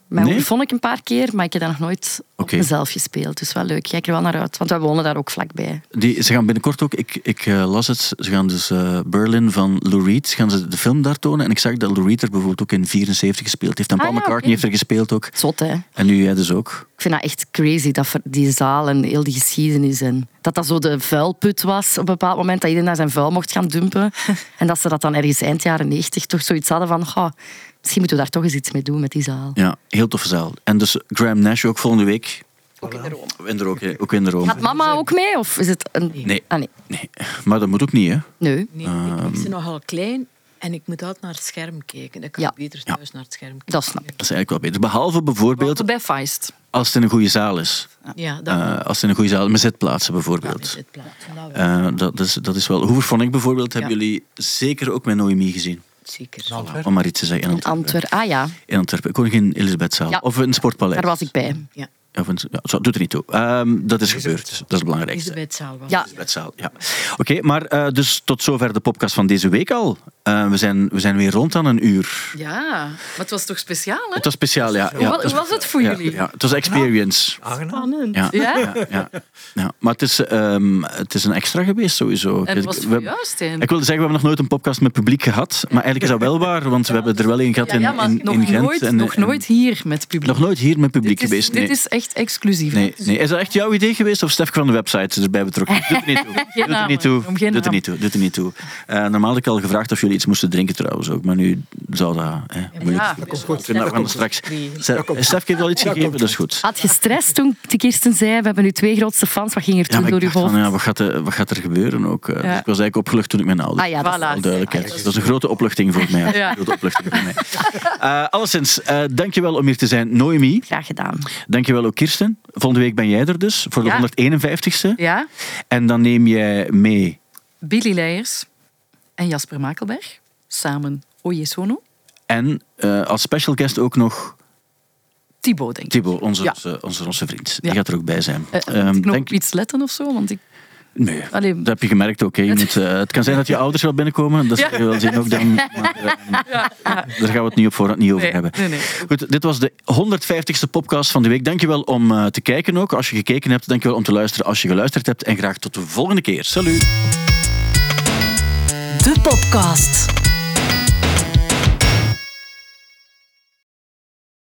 Mijn Nee? nee? vond ik een paar keer, maar ik heb dat nog nooit op Oké. mezelf gespeeld. Dus wel leuk. Ik kijk er wel naar uit, want wij wonen daar ook vlakbij. Die, ze gaan binnenkort ook, ik, ik uh, las het, ze gaan dus uh, Berlin van Lou Reed, gaan ze de film daar tonen. En ik zag dat Lou Reed er bijvoorbeeld ook in vierenzeventig gespeeld heeft. En Paul Ah, ja, McCartney oké. heeft er gespeeld ook. Zot, hè? En nu jij dus ook. Ik vind dat echt crazy, dat ver- die zaal en heel die geschiedenis. En dat dat zo de vuilput was op een bepaald moment, dat iedereen naar zijn vuil mocht gaan dumpen. En dat ze dat dan ergens eind jaren negentig toch zoiets hadden van... Goh, misschien moeten we daar toch eens iets mee doen met die zaal. Ja, heel toffe zaal. En dus Graham Nash ook volgende week. Ook in de Rome. In de, ook, ook in de Rome. Gaat mama ook mee? Of is het een... Nee. Ah, nee. Nee, maar dat moet ook niet, hè? Nee. Nee, ik, ik ben nogal klein en ik moet altijd naar het scherm kijken. Ik kan Ja. beter thuis naar het scherm kijken. Dat snap ik. Dat is eigenlijk wel beter. Behalve bijvoorbeeld Bij Feist. als het in een goede zaal is. Ja, dat Uh, als het in een goede zaal is, met zitplaatsen bijvoorbeeld. is het plaats. Nou, wel. Uh, dat, is, dat is wel... Hoe vond ik bijvoorbeeld, hebben Ja. jullie zeker ook met Noemi gezien? Zeker. Voilà, om maar iets te zeggen. In Antwerpen. Antwerpen. Ah ja, In Antwerpen. Koningin Elisabethzaal. Ja. Of in het Sportpaleis. daar was ik bij. Ja, Of in, ja, zo, doet er niet toe. Um, dat is gebeurd. Dat is het belangrijkste. Elisabethzaal was Ja. het. Elisabethzaal, ja. Oké, maar uh, dus tot zover de podcast van deze week al. Uh, we, zijn, we zijn weer rond aan een uur. Ja, maar het was toch speciaal, hè? Het was speciaal, ja. Hoe ja wa- het was- hoe was het voor ja, jullie? Ja, het was een experience. Aangenaam. Ja, Ja? ja, ja, ja. Maar het is, um, het is een extra geweest sowieso. En Ik- was het we- voor jou, Stijn? Ik wilde zeggen, we hebben nog nooit een podcast met publiek gehad. Maar eigenlijk is dat wel waar, want we hebben er wel een gehad Ja, in, ja, maar in, nog, in Gent. nooit, en, nog en- nooit hier met publiek. nog nooit hier met publiek dit is, geweest. Nee. Dit is echt exclusief. Nee, nee. Is dat echt jouw idee geweest of Stefke van de website erbij betrokken? Doet er niet toe. Doet er namen. niet toe. Om geen Doet er naam. niet toe. Doet er niet toe. Uh, normaal had ik al gevraagd of jullie iets moesten drinken trouwens ook, maar nu zou dat eh, moeilijk Ja. zijn. komt goed. Ik vind dat we gaan straks. Stefke heeft wel iets gegeven, dat is goed. Had je stress toen die Kirsten zei, we hebben nu twee grootste fans, wat ging er Ja, toen maar door ik je dacht hoofd? van, ja, wat, gaat er, wat gaat er gebeuren ook? Uh, dus ik was eigenlijk opgelucht toen ik mijn ouders. Ah ja, dat is Voilà. wel Al duidelijkheid. Ah, ja, Dat is een grote opluchting voor mij. Ja. Een grote opluchting voor mij. Uh, alleszins, uh, dankjewel om hier te zijn, Noemi. Graag gedaan. Dankjewel ook Kirsten. Volgende week ben jij er dus, voor de Ja. honderdeenenvijftigste. Ja, En dan neem jij mee... Billy Leijers en Jasper Makelberg. Samen Oye Sono. En uh, als special guest ook nog Thibaut, denk ik. Thibaut, onze, Ja. onze, onze, onze vriend. Die Ja. gaat er ook bij zijn. Uh, Ehm, moet ik nog denk- op iets letten of zo? Want ik... Nee, Allee. dat heb je gemerkt ook. Hè. Je moet, uh, het kan zijn dat je ouders wel binnenkomen. Dat zal je wel zien ook dan. Maar, uh, daar gaan we het niet op voorhand niet over Nee, hebben. nee, nee. Goed, dit was de honderdvijftigste podcast van de week. Dankjewel om uh, te kijken ook. Als je gekeken hebt, dankjewel om te luisteren als je geluisterd hebt. En graag tot de volgende keer. Salut! De podcast.